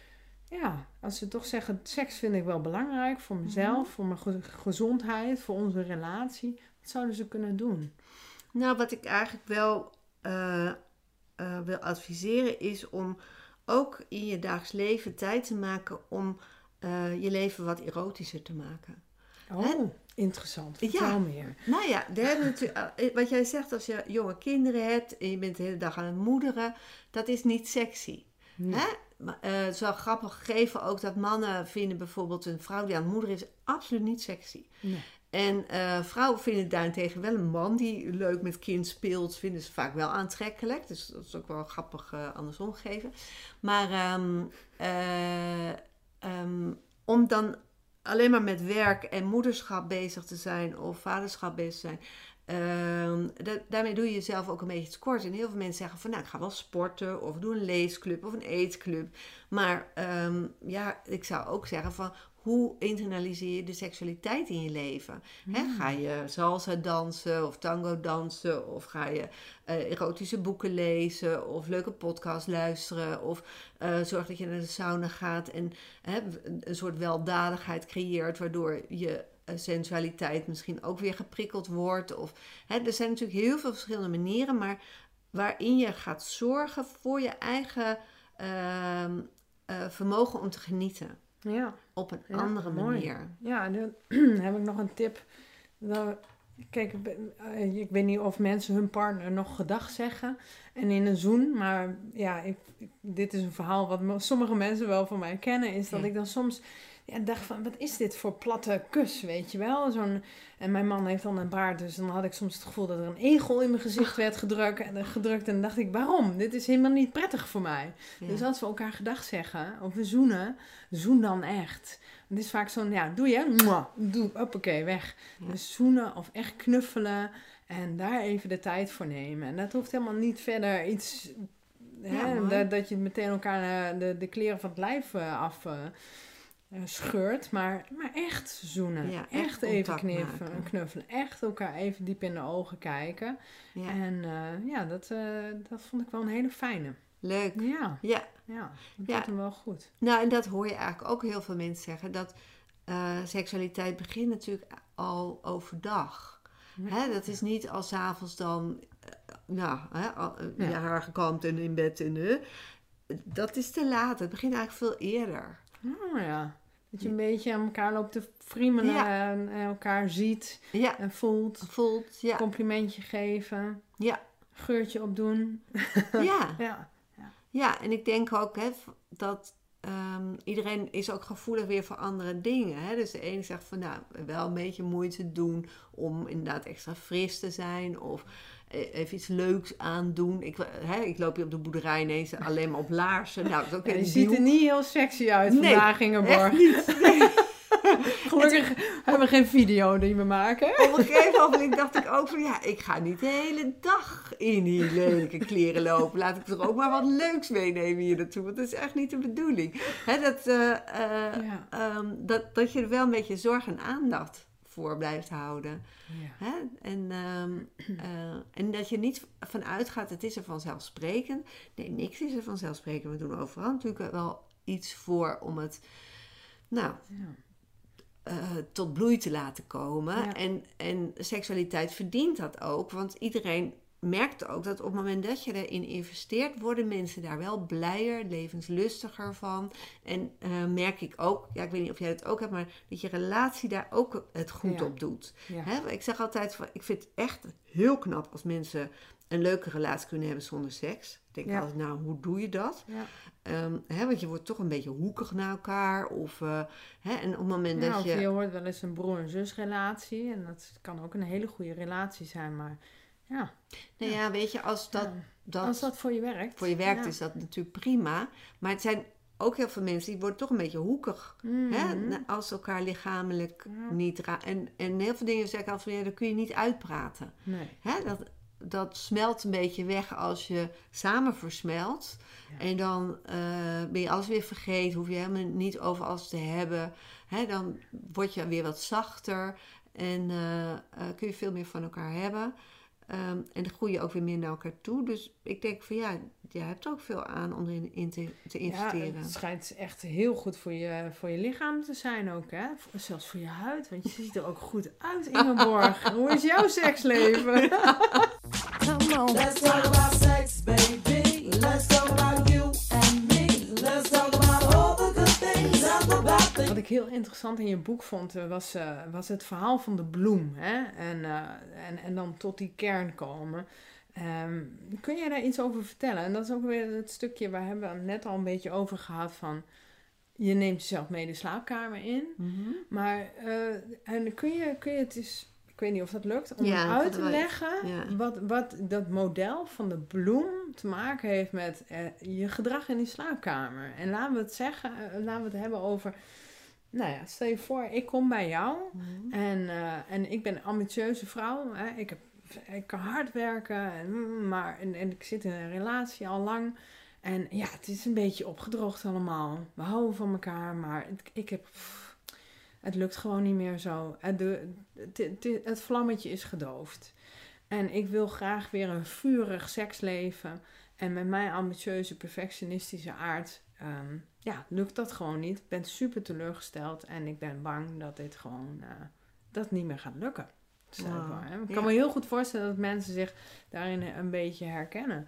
Ja, als ze toch zeggen, seks vind ik wel belangrijk voor mezelf,
Mm-hmm.
voor mijn ge- gezondheid, voor onze relatie. Wat zouden ze kunnen doen?
Nou, wat ik eigenlijk wel uh, uh, wil adviseren is om ook in je dagelijks leven tijd te maken om uh, je leven wat erotischer te maken.
Oh,
Hè?
interessant. Vertel
Ja.
meer.
Nou ja, daar hebben we natuurlijk, wat jij zegt, als je jonge kinderen hebt en je bent de hele dag aan het moederen, dat is niet sexy.
Nee.
Hè? Maar, uh, het is wel grappig gegeven ook dat mannen vinden bijvoorbeeld een vrouw die aan het moederen is absoluut niet sexy.
Nee.
En uh, vrouwen vinden daarentegen wel een man die leuk met kind speelt, vinden ze vaak wel aantrekkelijk. Dus dat is ook wel grappig uh, andersom gegeven. Maar um, uh, um, om dan alleen maar met werk en moederschap bezig te zijn of vaderschap bezig te zijn, Um, da- daarmee doe je jezelf ook een beetje tekort. En heel veel mensen zeggen van, nou, ik ga wel sporten of doe een leesclub of een eetclub. Maar um, ja, ik zou ook zeggen van, hoe internaliseer je de seksualiteit in je leven? Mm. Hè, ga je salsa dansen of tango dansen of ga je uh, erotische boeken lezen of leuke podcasts luisteren of uh, zorg dat je naar de sauna gaat en hè, een soort weldadigheid creëert waardoor je sensualiteit misschien ook weer geprikkeld wordt. Of, hè, er zijn natuurlijk heel veel verschillende manieren, maar waarin je gaat zorgen voor je eigen uh, uh, vermogen om te genieten.
Ja.
Op een
Ja,
andere
mooi.
manier.
Ja, en dan heb ik nog een tip. Nou, kijk, ik ben- eh, ik weet niet of mensen hun partner nog gedag zeggen en in een zoen, maar ja, ik, ik- dit is een verhaal wat mo- sommige mensen wel van mij kennen, is dat
Ja.
ik dan soms ja, dacht van, wat is dit voor platte kus, weet je wel? Zo'n, en mijn man heeft dan een baard, dus dan had ik soms het gevoel dat er een egel in mijn gezicht werd gedrukt en, gedrukt en dan dacht ik, waarom? Dit is helemaal niet prettig voor mij.
Ja.
Dus als we elkaar gedag zeggen, of we zoenen, zoen dan echt. Het is vaak zo'n, ja, doe je, mwah, doe, hoppakee, weg.
Ja.
Dus zoenen of echt knuffelen en daar even de tijd voor nemen. En dat hoeft helemaal niet verder iets, hè,
mooi.
dat, dat je meteen elkaar eh, de, de kleren van het lijf eh, af eh, eh, scheurt, maar, maar echt zoenen.
Ja,
echt
echt
even
contact
kniffen,
maken.
knuffelen. Echt elkaar even diep in de ogen kijken.
Ja.
En eh, ja, dat, eh, dat vond ik wel een hele fijne.
Leuk.
Ja,
Ja.
ja dat
Ja.
doet hem wel goed.
Nou, en dat hoor je eigenlijk ook heel veel mensen zeggen. Dat uh, seksualiteit begint natuurlijk al overdag.
Ja.
Hè, dat is niet als 's avonds dan, uh, nou, hè, al, uh,
Ja.
je haar gekamd en in bed. En, uh, dat is te laat. Het begint eigenlijk veel eerder.
Oh ja, dat je een beetje aan elkaar loopt te friemelen
Ja.
en, en elkaar ziet
Ja,
en voelt.
voelt. Ja,
Complimentje geven,
ja,
geurtje opdoen.
ja.
Ja,
Ja, en ik denk ook hè, v- dat um, iedereen is ook gevoelig weer voor andere dingen. Hè? Dus de ene zegt van nou, wel een beetje moeite doen om inderdaad extra fris te zijn. Of e- even iets leuks aandoen. Ik, hè, ik loop hier op de boerderij ineens alleen maar op laarzen. Nou, dat is ook
ja
weer
je ziet
nieuw.
er niet heel sexy uit
Nee,
vandaag, Ingeborg.
Echt niet. Nee.
Gelukkig hebben we geen video die we maken.
Op een gegeven moment dacht ik ook van ja, ik ga niet de hele dag in die lelijke kleren lopen. Laat ik er ook maar wat leuks meenemen hier naartoe. Want dat is echt niet de bedoeling. Hè, dat, uh, uh,
Ja.
um, dat, dat je er wel een beetje zorg en aandacht voor blijft houden.
Ja.
Hè? En, um, uh, en dat je niet vanuit gaat, het is er vanzelfsprekend. Nee, niks is er vanzelfsprekend. We doen overal natuurlijk wel iets voor om het nou,
Ja.
uh, tot bloei te laten komen.
Ja.
En, en seksualiteit verdient dat ook. Want iedereen merkt ook dat op het moment dat je erin investeert, worden mensen daar wel blijer, levenslustiger van. En uh, merk ik ook, ja, ik weet niet of jij het ook hebt, maar dat je relatie daar ook het goed
Ja.
op doet.
Ja.
Hè? Ik zeg altijd, van, ik vind het echt heel knap als mensen een leuke relatie kunnen hebben zonder seks. Ik denk
Ja.
altijd, nou, hoe doe je dat?
Ja.
Um, hè, want je wordt toch een beetje hoekig naar elkaar. Of, uh, hè, en op het moment
Ja,
dat
of
je...
je hoort wel eens een broer- en zusrelatie. En dat kan ook een hele goede relatie zijn. Maar ja,
Nou ja, weet je, als dat,
ja.
dat,
als dat voor je werkt.
voor je werkt,
ja.
is dat natuurlijk prima. Maar het zijn ook heel veel mensen die worden toch een beetje hoekig.
Mhm.
Hè? Als ze elkaar lichamelijk
Ja.
niet raken. En, en heel veel dingen zeg ik altijd van, ja, dat kun je niet uitpraten.
Nee.
Hè? Dat, dat smelt een beetje weg als je samen versmelt.
Ja.
En dan uh, ben je alles weer vergeten. Hoef je helemaal niet over alles te hebben. Hè? Dan word je weer wat zachter. En uh, uh, kun je veel meer van elkaar hebben. Um, en dan groei je ook weer meer naar elkaar toe. Dus ik denk van ja, je hebt er ook veel aan om erin in te, te investeren.
Ja, het schijnt echt heel goed voor je, voor je lichaam te zijn ook, hè? Voor- zelfs voor je huid, want je ziet er ook goed uit, Ingeborg. Hoe is jouw seksleven? Come on.
Let's talk about sex, baby. Let's talk about you and me. Let's talk about all the good things and the bad things.
Wat ik heel interessant in je boek vond, eh, was, uh, was het verhaal van de bloem. Hè? En, uh, en, en dan tot die kern komen. Um, kun jij daar iets over vertellen? En dat is ook weer het stukje, waar hebben we het net al een beetje over gehad van... Je neemt jezelf mee de slaapkamer in.
Mm-hmm.
Maar uh, en kun, je, kun je het eens... Ik weet niet of dat lukt, om
Ja,
uit te
dat wel.
leggen
Ja.
wat, wat dat model van de bloem te maken heeft met uh, je gedrag in die slaapkamer. En laten we het zeggen, uh, laten we het hebben over... Nou ja, stel je voor, ik kom bij jou
Mm-hmm.
en, uh, en ik ben een ambitieuze vrouw. Hè? Ik, heb, ik kan hard werken, en, maar, en, en ik zit in een relatie al lang. En ja, het is een beetje opgedroogd allemaal. We houden van elkaar, maar het, ik heb... Pff, het lukt gewoon niet meer zo. Het, de, het, het, het vlammetje is gedoofd. En ik wil graag weer een vurig seksleven. En met mijn ambitieuze, perfectionistische aard... Um, ja, lukt dat gewoon niet. Ik ben super teleurgesteld. En ik ben bang dat dit gewoon... Uh, dat het niet meer gaat lukken. Stel
Wow.
voor, hè. Ik
Ja.
kan me heel goed voorstellen dat mensen zich daarin een beetje herkennen.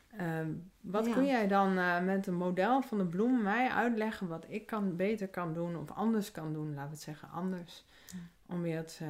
Um, wat
Ja.
kun jij dan uh, met een model van de bloem mij uitleggen wat ik kan, beter kan doen of anders kan doen, laten we het zeggen anders, om weer het uh,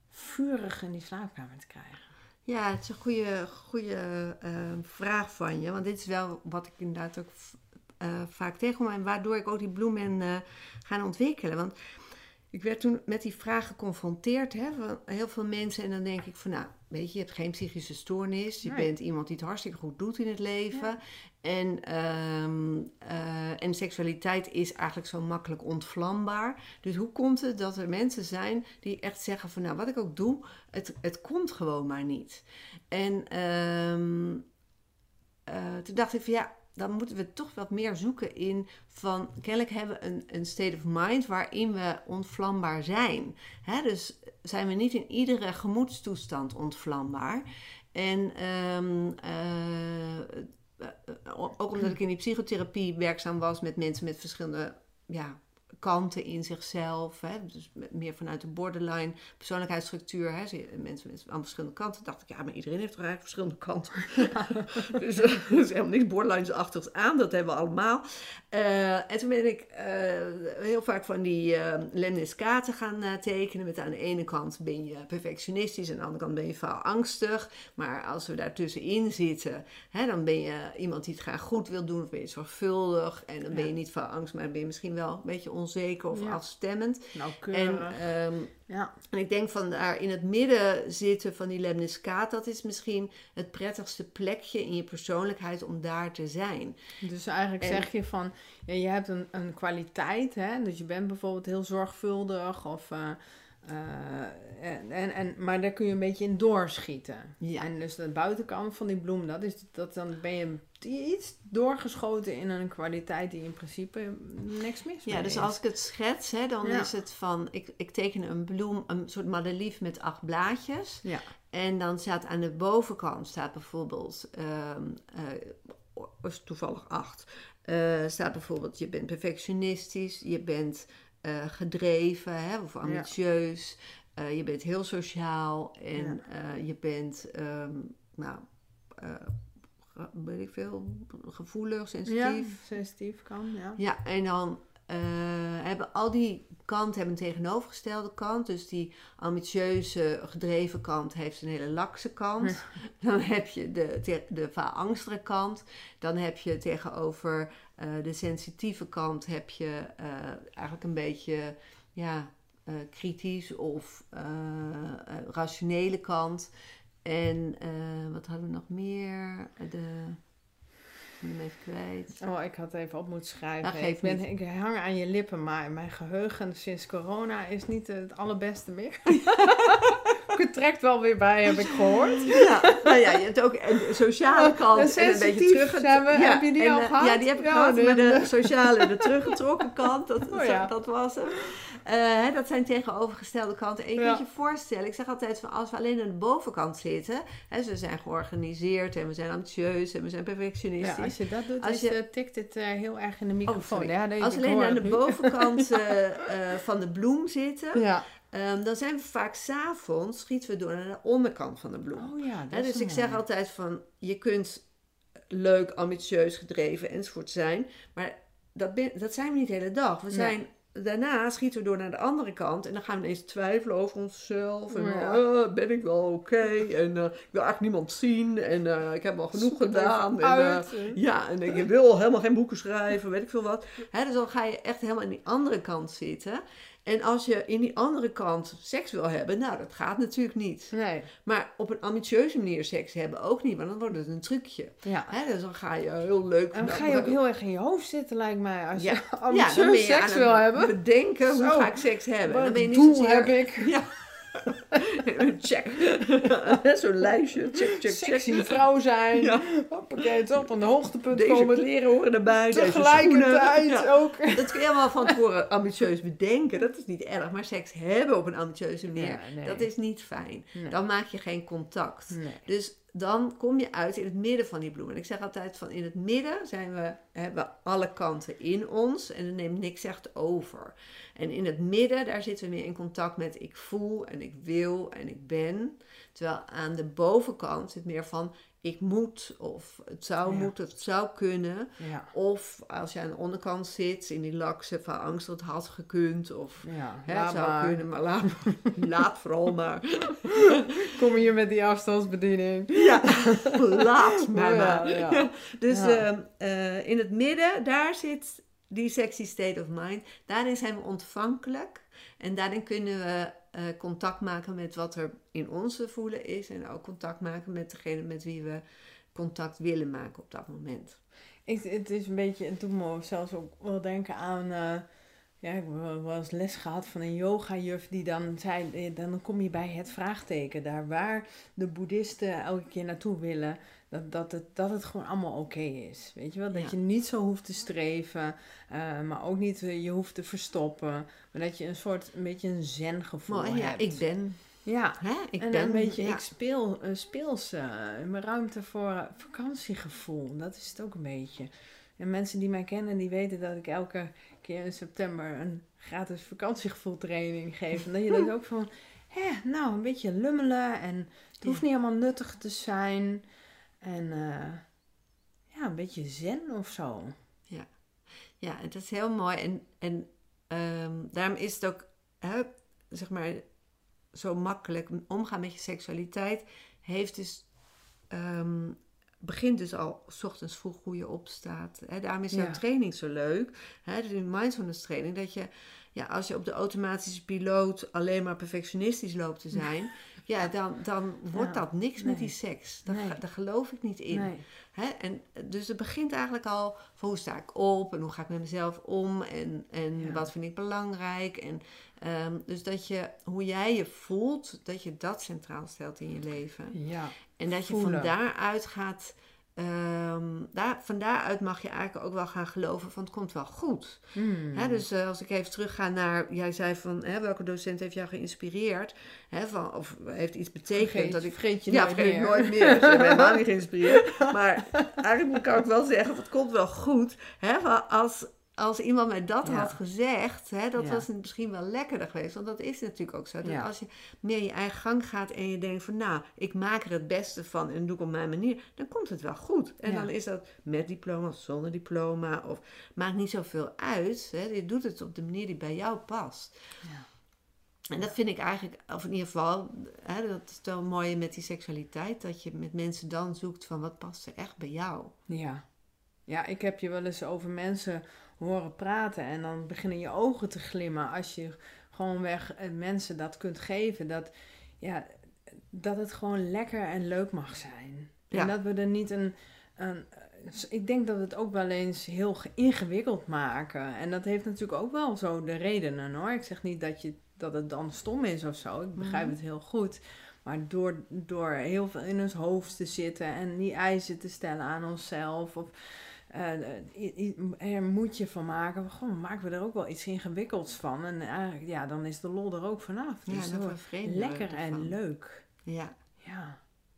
vurig in die slaapkamer te krijgen?
Ja, het is een goede, goede uh, vraag van je. Want dit is wel wat ik inderdaad ook uh, vaak tegenkom en waardoor ik ook die bloem ben uh, gaan ontwikkelen. Want ik werd toen met die vraag geconfronteerd, hè, van heel veel mensen. En dan denk ik van, nou, weet je, je hebt geen psychische stoornis. Je
Nee.
bent iemand die het hartstikke goed doet in het leven.
Ja.
En, um, uh, en seksualiteit is eigenlijk zo makkelijk ontvlambaar. Dus hoe komt het dat er mensen zijn die echt zeggen van, nou, wat ik ook doe, het, het komt gewoon maar niet. En um, uh, toen dacht ik van, ja, dan moeten we toch wat meer zoeken in van... Kennelijk hebben we een, een state of mind waarin we ontvlambaar zijn. Hè? Dus zijn we niet in iedere gemoedstoestand ontvlambaar. En um, uh, uh, ook omdat ik in die psychotherapie werkzaam was met mensen met verschillende... ja, kanten in zichzelf. Hè? Dus meer vanuit de borderline persoonlijkheidsstructuur. Hè? Mensen met aan verschillende kanten. Dacht ik, ja, maar iedereen heeft toch eigenlijk verschillende kanten. Dus er uh, is helemaal niks borderlines-achtigs aan. Dat hebben we allemaal. Uh, en toen ben ik uh, heel vaak van die uh, lemniscaten gaan uh, tekenen. Met aan de ene kant ben je perfectionistisch. En aan de andere kant ben je vaal angstig. Maar als we daartussenin zitten, hè, dan ben je iemand die het graag goed wil doen. Of ben je zorgvuldig. En dan ben je niet vaal angst, maar dan ben je misschien wel een beetje onzorgvuldig. onzeker of
Ja.
afstemmend. En,
Nauwkeurig.
ehm,
Ja.
en ik denk van daar in het midden zitten van die lemniscaat, dat is misschien het prettigste plekje in je persoonlijkheid om daar te zijn.
Dus eigenlijk
En-
zeg je van, ja, je hebt een, een kwaliteit, hè? Dus je bent bijvoorbeeld heel zorgvuldig of... eh, eh, en, en, en, maar daar kun je een beetje in doorschieten.
Ja.
En dus de buitenkant van die bloem, dat is dat dan ben je iets doorgeschoten in een kwaliteit die in principe niks mis mee
Ja, dus
is.
als ik het schets, hè, dan
Ja.
is het van, ik, ik teken een bloem, een soort madelief met acht blaadjes.
Ja.
En dan staat aan de bovenkant, staat bijvoorbeeld, ehm eh, is toevallig acht, Eh, staat bijvoorbeeld, je bent perfectionistisch, je bent eh, gedreven, hè, of ambitieus, eh, je bent heel sociaal en eh, je bent, ehm, nou, eh, ge- weet ik veel, gevoelig,
Ja,
sensitief.
sensitief kan, ja.
Ja, en dan eh, hebben al die kanten hebben een tegenovergestelde kant. Dus die ambitieuze, gedreven kant heeft een hele lakse kant. Dan heb je de, te- de vaalangstige kant. Dan heb je tegenover eh, de sensitieve kant heb je eh, eigenlijk een beetje ja, eh, kritisch of eh, eh, rationele kant. En eh, wat hadden we nog meer? De... Ik ben hem even kwijt.
Oh, ik had even op moeten schrijven.
Dat geeft
ik, ben,
niet.
ik hang aan je lippen, maar mijn geheugen sinds corona is niet het allerbeste meer. Het trekt wel weer bij, heb ik gehoord.
Ja, nou ja, je hebt ook een sociale kant
En
en een beetje
sensitief
terug.
zijn we- heb je die
en,
al
eh,
gehad?
Ja, die heb ik
Ja,
gehad,
de-
maar de sociale en de teruggetrokken kant, dat,
Oh ja.
dat was hem. Eh, hè, dat zijn tegenovergestelde kanten. En je
Ja.
kunt je voorstellen, ik zeg altijd van als we alleen aan de bovenkant zitten, hè, ze zijn georganiseerd en we zijn ambitieus en we zijn
Ja,
perfectionistisch.
als je dat doet,
Als
is,
je-
eh, tikt het eh, heel erg in de microfoon.
sorry.
ja, nee,
Als
ik
we alleen
hoor
aan de
het nu.
bovenkant eh, eh, van de bloem zitten,
Ja.
ehm, dan zijn we vaak 's avonds schieten we door naar de onderkant van de bloem.
Oh ja, dat
Hè,
is
dus
een
ik zeg
mooie.
altijd van, je kunt leuk, ambitieus, gedreven enzovoort zijn, maar dat, ben, dat zijn we niet de hele dag. We
Nee.
zijn, daarna schieten we door naar de andere kant en dan gaan we ineens twijfelen over onszelf. En
Ja.
eh, ben ik wel oké? En eh, ik wil eigenlijk niemand zien en eh, ik heb al genoeg
Zoek het
gedaan.
even
En, eh,
uit, hè.
ja, en ik wil helemaal geen boeken schrijven, weet ik veel wat. Hè, dus dan ga je echt helemaal aan die andere kant zitten. En als je in die andere kant seks wil hebben, nou, dat gaat natuurlijk niet.
Nee,
Maar op een ambitieuze manier seks hebben ook niet, want dan wordt het een trucje.
ja.
Hè, dus dan ga je heel leuk...
En dan ga je ook heel erg in je hoofd zitten, lijkt mij. Als
Ja.
je
ja, dan
ambitieus
ben je
seks
aan
wil
het
hebben.
bedenken, hoe
Zo.
ga ik seks hebben? En dan
Wat
ben je niet
doel
zozeer...
heb ik?
Ja. Check. Zo'n lijstje. Check, check, check.
Sexy vrouw zijn.
Ja.
Hoppakee, tot aan de hoogtepunt
Deze
komen.
kleren horen erbij. Deze
Tegelijkertijd
schoenen. Ja.
ook.
Dat kun je allemaal van tevoren ambitieus bedenken. Dat is niet erg. Maar seks hebben op een ambitieuze manier,
Ja, nee.
dat is niet fijn.
Nee.
Dan maak je geen contact.
Nee.
Dus dan kom je uit in het midden van die bloem. En ik zeg altijd van in het midden zijn we, hebben we alle kanten in ons. En er neemt niks echt over. En in het midden, daar zitten we meer in contact met ik voel en ik wil en ik ben. Terwijl aan de bovenkant zit meer van ik moet of het zou
Ja.
moeten, het zou kunnen.
Ja.
Of als je aan de onderkant zit, in die lakse van angst, het had gekund. Of
Ja,
hè,
laat
het zou
maar.
kunnen, maar laat, laat vooral maar.
Kom hier met die afstandsbediening.
Ja, laat maar.
Ja,
maar.
ja.
Dus
Ja.
ehm, eh, in het midden, daar zit die sexy state of mind. Daarin zijn we ontvankelijk. En daarin kunnen we eh, contact maken met wat er in onze voelen is. En ook contact maken met degene met wie we contact willen maken op dat moment.
Ik, het is een beetje, het doet me zelfs ook wel denken aan, eh, ja, ik heb wel wel eens les gehad van een yogajuf die dan zei, eh, dan kom je bij het vraagteken, daar waar de boeddhisten elke keer naartoe willen, dat, dat, het, dat het gewoon allemaal oké is. Weet je wel, dat
Ja.
je niet zo hoeft te streven, eh, maar ook niet eh, je hoeft te verstoppen, maar dat je een soort, een beetje een zen gevoel
Maar ja,
hebt.
ik ben.
Ja.
Hè? Ik
en
ben
een beetje
ja.
ik speel, uh, speels, uh, mijn ruimte voor uh, vakantiegevoel. Dat is het ook een beetje. En mensen die mij kennen, die weten dat ik elke keer in september een gratis vakantiegevoeltraining geef. En dat je denkt ook van, hè, nou, een beetje lummelen. En het hoeft
Ja.
niet helemaal nuttig te zijn. En uh, ja, een beetje zen of zo.
Ja, ja, het is heel mooi. En, en um, daarom is het ook, hè, zeg maar, zo makkelijk omgaan met je seksualiteit. Heeft dus um, begint dus al 's ochtends vroeg hoe je opstaat. Hè? Daarom is jouw
Ja.
training zo leuk. Hè? Dus die mindfulness training, dat je, ja, als je op de automatische piloot alleen maar perfectionistisch loopt te zijn, ja, dan, dan wordt
Ja.
dat niks
Nee.
met die seks. Daar,
Nee.
daar geloof ik niet in.
Nee.
Hè? En dus het begint eigenlijk al van hoe sta ik op en hoe ga ik met mezelf om en, en
Ja.
wat vind ik belangrijk. En, ehm, dus dat je, hoe jij je voelt, dat je dat centraal stelt in je leven.
Ja.
En dat je
Voelen.
van daaruit gaat, ehm, daar, van daaruit mag je eigenlijk ook wel gaan geloven van het komt wel goed.
Hmm.
Hè, dus eh, als ik even terugga naar, jij zei van hè, welke docent heeft jou geïnspireerd? Hè, van, of heeft iets betekend
Vergeet,
dat ik
vergeet je
ja,
nooit
vergeet ik
meer.
nooit meer. Dus ik ben helemaal niet geïnspireerd. Maar eigenlijk kan ik wel zeggen, het komt wel goed. Hè, van als, als iemand mij dat
Ja.
had gezegd, hè, dat
Ja.
was misschien wel lekkerder geweest. Want dat is natuurlijk ook zo. Dat
Ja.
als je meer je eigen gang gaat en je denkt van nou, ik maak er het beste van en doe ik op mijn manier, dan komt het wel goed. En
Ja.
dan is dat met diploma of zonder diploma. Of maakt niet zoveel uit. Hè. Je doet het op de manier die bij jou past.
Ja.
En dat vind ik eigenlijk, of in ieder geval, hè, dat is wel mooi met die seksualiteit, dat je met mensen dan zoekt van wat past er echt bij jou.
Ja. Ja, ik heb je wel eens over mensen horen praten en dan beginnen je ogen te glimmen als je gewoonweg eh, mensen dat kunt geven. Dat, ja, dat het gewoon lekker en leuk mag zijn.
Ja.
En dat we er niet een, een... Ik denk dat we het ook wel eens heel ge- ingewikkeld maken. En dat heeft natuurlijk ook wel zo de redenen hoor. Ik zeg niet dat, je, dat het dan stom is of zo. Ik begrijp
Mhm.
het heel goed. Maar door, door heel veel in ons hoofd te zitten en die eisen te stellen aan onszelf. Of eh, i- i- er moet je van maken. Gewoon maken we er ook wel iets ingewikkelds van. En eigenlijk, ja, dan is de lol er ook vanaf.
Ja,
Dus
en dat
zo
vervreemden we
lekker en
ervan.
leuk.
Ja.
Ja.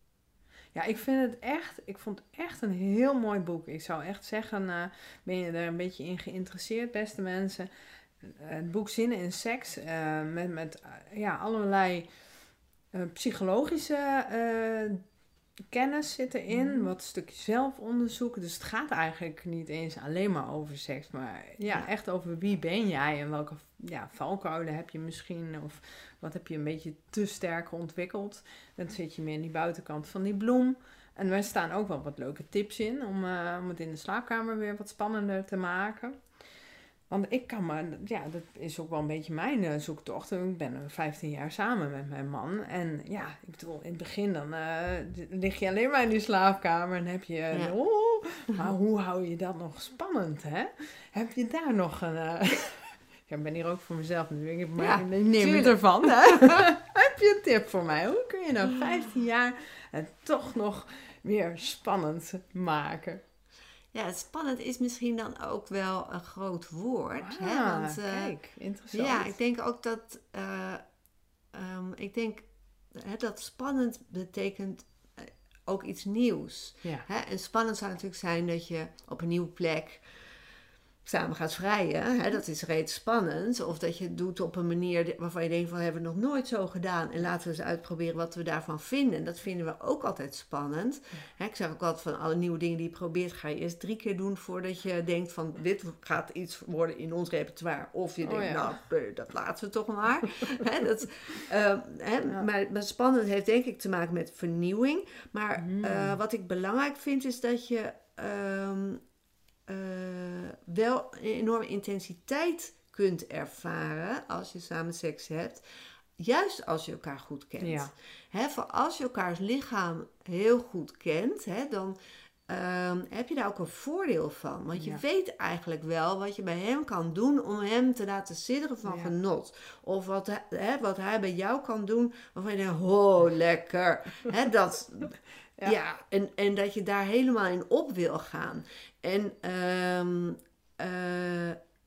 Ja, ik vind het echt, ik vond het echt een heel mooi boek. Ik zou echt zeggen, eh, ben je er een beetje in geïnteresseerd, beste mensen? Eh, het boek Zinnen in Seks, eh, met, met eh, ja, allerlei eh, psychologische eh, kennis zit erin.
Mhm.
Wat stukje zelfonderzoek. Dus het gaat eigenlijk niet eens alleen maar over seks. Maar ja,
Ja.
echt over wie ben jij en welke ja, valkuilen heb je misschien. Of wat heb je een beetje te sterk ontwikkeld. Dan zit je meer in die buitenkant van die bloem. En er staan ook wel wat leuke tips in. Om, eh, om het in de slaapkamer weer wat spannender te maken. Want ik kan me, ja, dat is ook wel een beetje mijn uh, zoektocht. Ik ben uh, vijftien jaar samen met mijn man. En ja, ik bedoel, in het begin dan uh, lig je alleen maar in die slaapkamer en heb je... Uh,
Ja.
oh, maar hoe hou je dat nog spannend, hè? Heb je daar nog een... Uh, ja, ik ben hier ook voor mezelf natuurlijk, maar
Ja,
ik neem het
tuurlijk.
ervan. Hè? Heb je een tip voor mij? Hoe kun je nou vijftien jaar het toch nog weer spannend maken?
Ja, het spannend is misschien dan ook wel een groot woord. hè?
Ah,
Want, eh,
kijk, interessant.
ja, ik denk ook dat... eh, ehm, ik denk hè, dat spannend betekent eh, ook iets nieuws.
Ja.
Hè? En spannend zou natuurlijk zijn dat je op een nieuwe plek samen gaat vrijen. Hè? Dat is reeds spannend. Of dat je het doet op een manier waarvan je denkt van hebben we nog nooit zo gedaan. En laten we eens uitproberen wat we daarvan vinden. En dat vinden we ook altijd spannend. Hè? Ik zeg ook altijd van alle nieuwe dingen die je probeert ga je eerst drie keer doen voordat je denkt van dit gaat iets worden in ons repertoire. Of je
Oh,
denkt
ja.
nou nee, dat laten we toch maar. hè? Dat, eh, hè?
Ja.
maar, maar spannend heeft denk ik te maken met vernieuwing. Maar
Mm.
eh, wat ik belangrijk vind is dat je... ehm, uh, wel een enorme intensiteit kunt ervaren als je samen seks hebt. Juist als je elkaar goed kent.
Ja.
Hè, voor als je elkaars lichaam heel goed kent, hè, dan um, heb je daar ook een voordeel van. Want je
Ja.
weet eigenlijk wel wat je bij hem kan doen om hem te laten sidderen van
Ja.
genot. Of wat, hij- hè, wat hij bij jou kan doen waarvan je denkt, oh lekker. hè, dat,
Ja.
ja, en, en dat je daar helemaal in op wil gaan. En ehm, eh,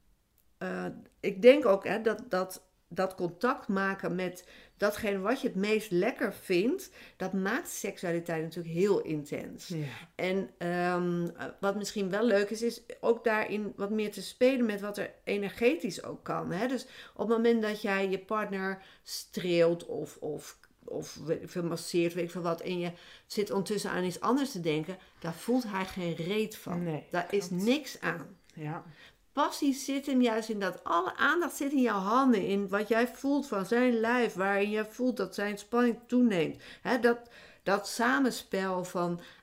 eh, ik denk ook hè, dat, dat dat contact maken met datgene wat je het meest lekker vindt, dat maakt seksualiteit natuurlijk heel intens.
Ja.
En ehm, wat misschien wel leuk is, is ook daarin wat meer te spelen met wat er energetisch ook kan. Hè? Dus op het moment dat jij je partner streelt of, of, of weet ik veel, masseert, weet ik veel wat, en je zit ondertussen aan iets anders te denken, daar voelt hij geen reet van.
Nee,
daar is
klopt.
niks aan.
Ja.
Passie zit hem juist in dat alle aandacht zit in jouw handen. In wat jij voelt van zijn lijf. Waarin je voelt dat zijn spanning toeneemt. Hè, dat, dat samenspel van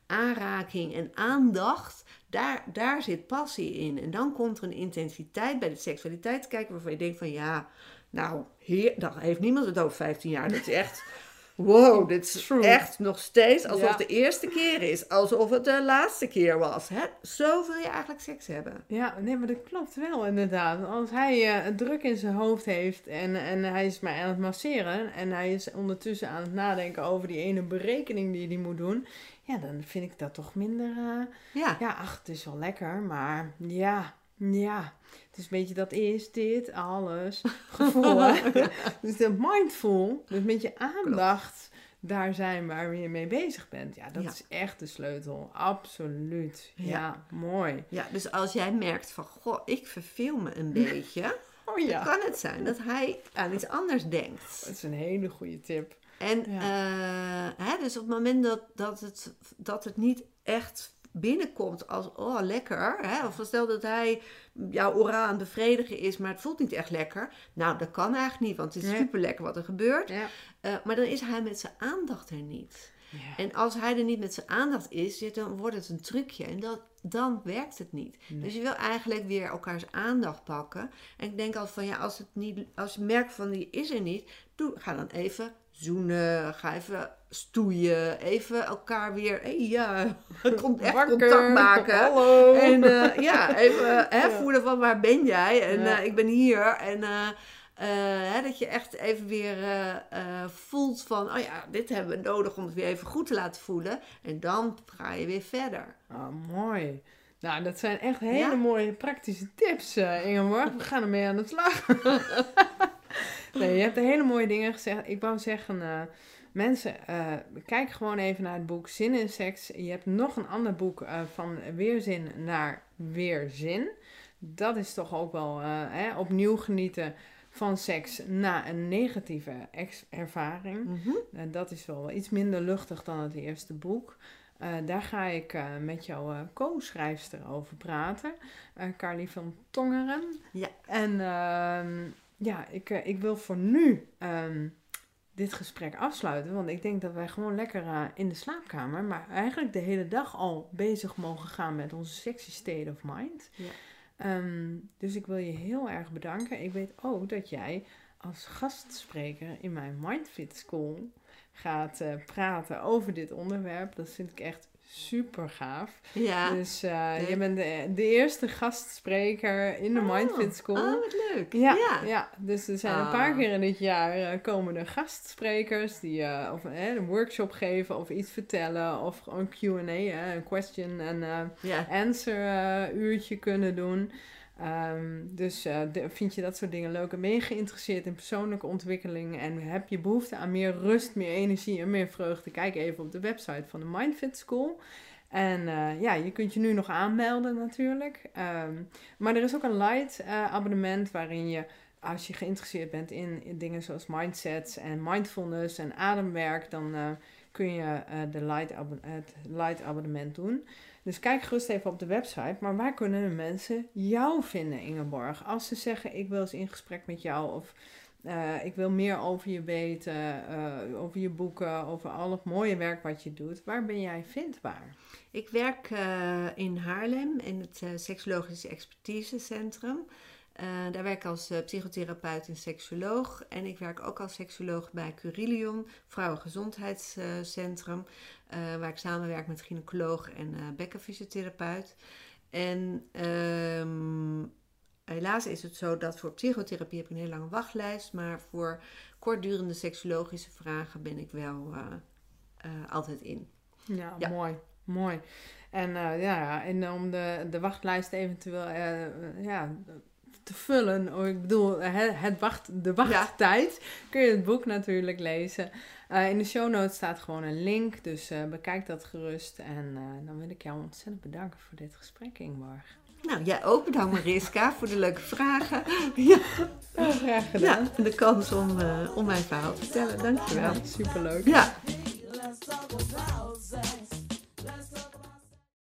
aanraking en aandacht, daar, daar zit passie in. En dan komt er een intensiteit bij de seksualiteit kijken waarvan je denkt van ja, nou, hier, dat heeft niemand het over vijftien jaar. Dat is echt, wow, dit is
True.
echt nog steeds alsof
Ja.
het de eerste keer is. Alsof het de laatste keer was. Hè? Zo wil je eigenlijk seks hebben.
Ja, nee, maar dat klopt wel inderdaad. Als hij eh, het druk in zijn hoofd heeft en, en hij is mij aan het masseren en hij is ondertussen aan het nadenken over die ene berekening die hij moet doen, ja, dan vind ik dat toch minder, eh,
Ja,
ja, ach, het is wel lekker, maar ja, ja, het is een beetje dat is dit, alles, gevoel, hè? Dus de mindful, dus met je aandacht daar zijn waar je mee bezig bent, ja, dat
Ja.
is echt de sleutel, absoluut, ja,
Ja.
mooi.
ja, dus als jij merkt van, goh, ik verveel me een beetje,
Oh ja,
dan kan het zijn dat hij aan iets anders denkt.
dat is een hele goede tip.
En
Ja.
eh, hè, dus op het moment dat, dat, het, dat het niet echt binnenkomt als, oh, lekker. Hè? Of stel dat hij jouw oraal aan het bevredigen is, maar het voelt niet echt lekker. Nou, dat kan eigenlijk niet, want het is
Nee.
super lekker wat er gebeurt.
Ja.
Eh, maar dan is hij met zijn aandacht er niet.
Ja.
En als hij er niet met zijn aandacht is, ja, dan wordt het een trucje. En dat, dan werkt het niet.
Nee.
Dus je wil eigenlijk weer elkaars aandacht pakken. En ik denk altijd van, ja, als, het niet, als je merkt van, die is er niet, doe, ga dan even zoenen. Ga even stoeien. Even elkaar weer, hey, ja, con- echt
Wakker.
contact maken.
Hallo.
En eh, ja, even hè,
Ja.
voelen van, waar ben jij? En
Ja.
eh, ik ben hier. En eh, eh, hè, dat je echt even weer eh, eh, voelt van, oh ja, dit hebben we nodig om het weer even goed te laten voelen. En dan ga je weer verder.
Ah, mooi. Nou, dat zijn echt hele
Ja?
mooie praktische tips, eh Ingeborg. We gaan ermee aan de slag. Nee, je hebt hele mooie dingen gezegd. Ik wou zeggen, eh, mensen, eh, kijk gewoon even naar het boek Zin in Seks. Je hebt nog een ander boek eh, van weerzin naar weerzin. Dat is toch ook wel eh, hè, opnieuw genieten van seks na een negatieve ex- ervaring. En dat is wel iets minder luchtig dan het eerste boek. Eh, daar ga ik eh, met jouw eh, co-schrijfster over praten. eh Carly van Tongeren.
Ja.
En ehm, ja, ik, eh, ik wil voor nu ehm, dit gesprek afsluiten. Want ik denk dat wij gewoon lekker eh, in de slaapkamer, maar eigenlijk de hele dag al bezig mogen gaan met onze sexy state of mind.
Ja.
Ehm, dus ik wil je heel erg bedanken. Ik weet ook dat jij als gastspreker in mijn Mindfit School gaat eh, praten over dit onderwerp. Dat vind ik echt super gaaf.
Ja.
Dus eh,
leuk.
je bent de, de eerste gastspreker in de
Oh.
Mindfit School.
Oh, wat leuk.
Ja,
Ja.
ja, dus er zijn een
Ah.
paar keer in dit jaar eh, komen er gastsprekers die eh, of, eh, een workshop geven of iets vertellen of gewoon een Q en A, eh, een question en eh,
Ja.
answer eh, uurtje kunnen doen. Ehm, dus eh, de- vind je dat soort dingen leuk en ben je geïnteresseerd in persoonlijke ontwikkeling en heb je behoefte aan meer rust, meer energie en meer vreugde, kijk even op de website van de Mindfit School. En eh, ja, je kunt je nu nog aanmelden natuurlijk. Ehm, maar er is ook een light eh, abonnement waarin je, als je geïnteresseerd bent in, in dingen zoals mindsets en mindfulness en ademwerk, dan eh, kun je eh, de light abo- het light abonnement doen. Dus kijk gerust even op de website. Maar waar kunnen de mensen jou vinden, Ingeborg? Als ze zeggen, ik wil eens in gesprek met jou of uh, ik wil meer over je weten, uh, over je boeken, over al het mooie werk wat je doet. Waar ben jij vindbaar?
Ik werk uh, in Haarlem in het uh, Seksologisch Expertisecentrum. Uh, daar werk ik als uh, psychotherapeut en seksoloog. En ik werk ook als seksoloog bij Curilion, Vrouwengezondheidscentrum. Uh, waar ik samenwerk met gynaecoloog en uh, bekkenfysiotherapeut. En um, helaas is het zo dat voor psychotherapie heb ik een hele lange wachtlijst. Maar voor kortdurende seksologische vragen ben ik wel uh, uh, altijd in.
Ja,
Ja.
mooi. Mooi. En, uh, ja, en om de, de wachtlijst eventueel uh, ja, te vullen, oh, ik bedoel, het, het wacht, de wachttijd, ja. kun je het boek natuurlijk lezen. Uh, in de show notes staat gewoon een link, dus uh, bekijk dat gerust. En uh, dan wil ik jou ontzettend bedanken voor dit gesprek, Ingeborg.
Nou, jij ook bedankt Mariska voor de leuke vragen. Ja,
oh, graag gedaan.
Ja, en de kans om, uh, om mijn verhaal te vertellen. Dankjewel.
Ja, superleuk.
Ja.
Let's talk about sex.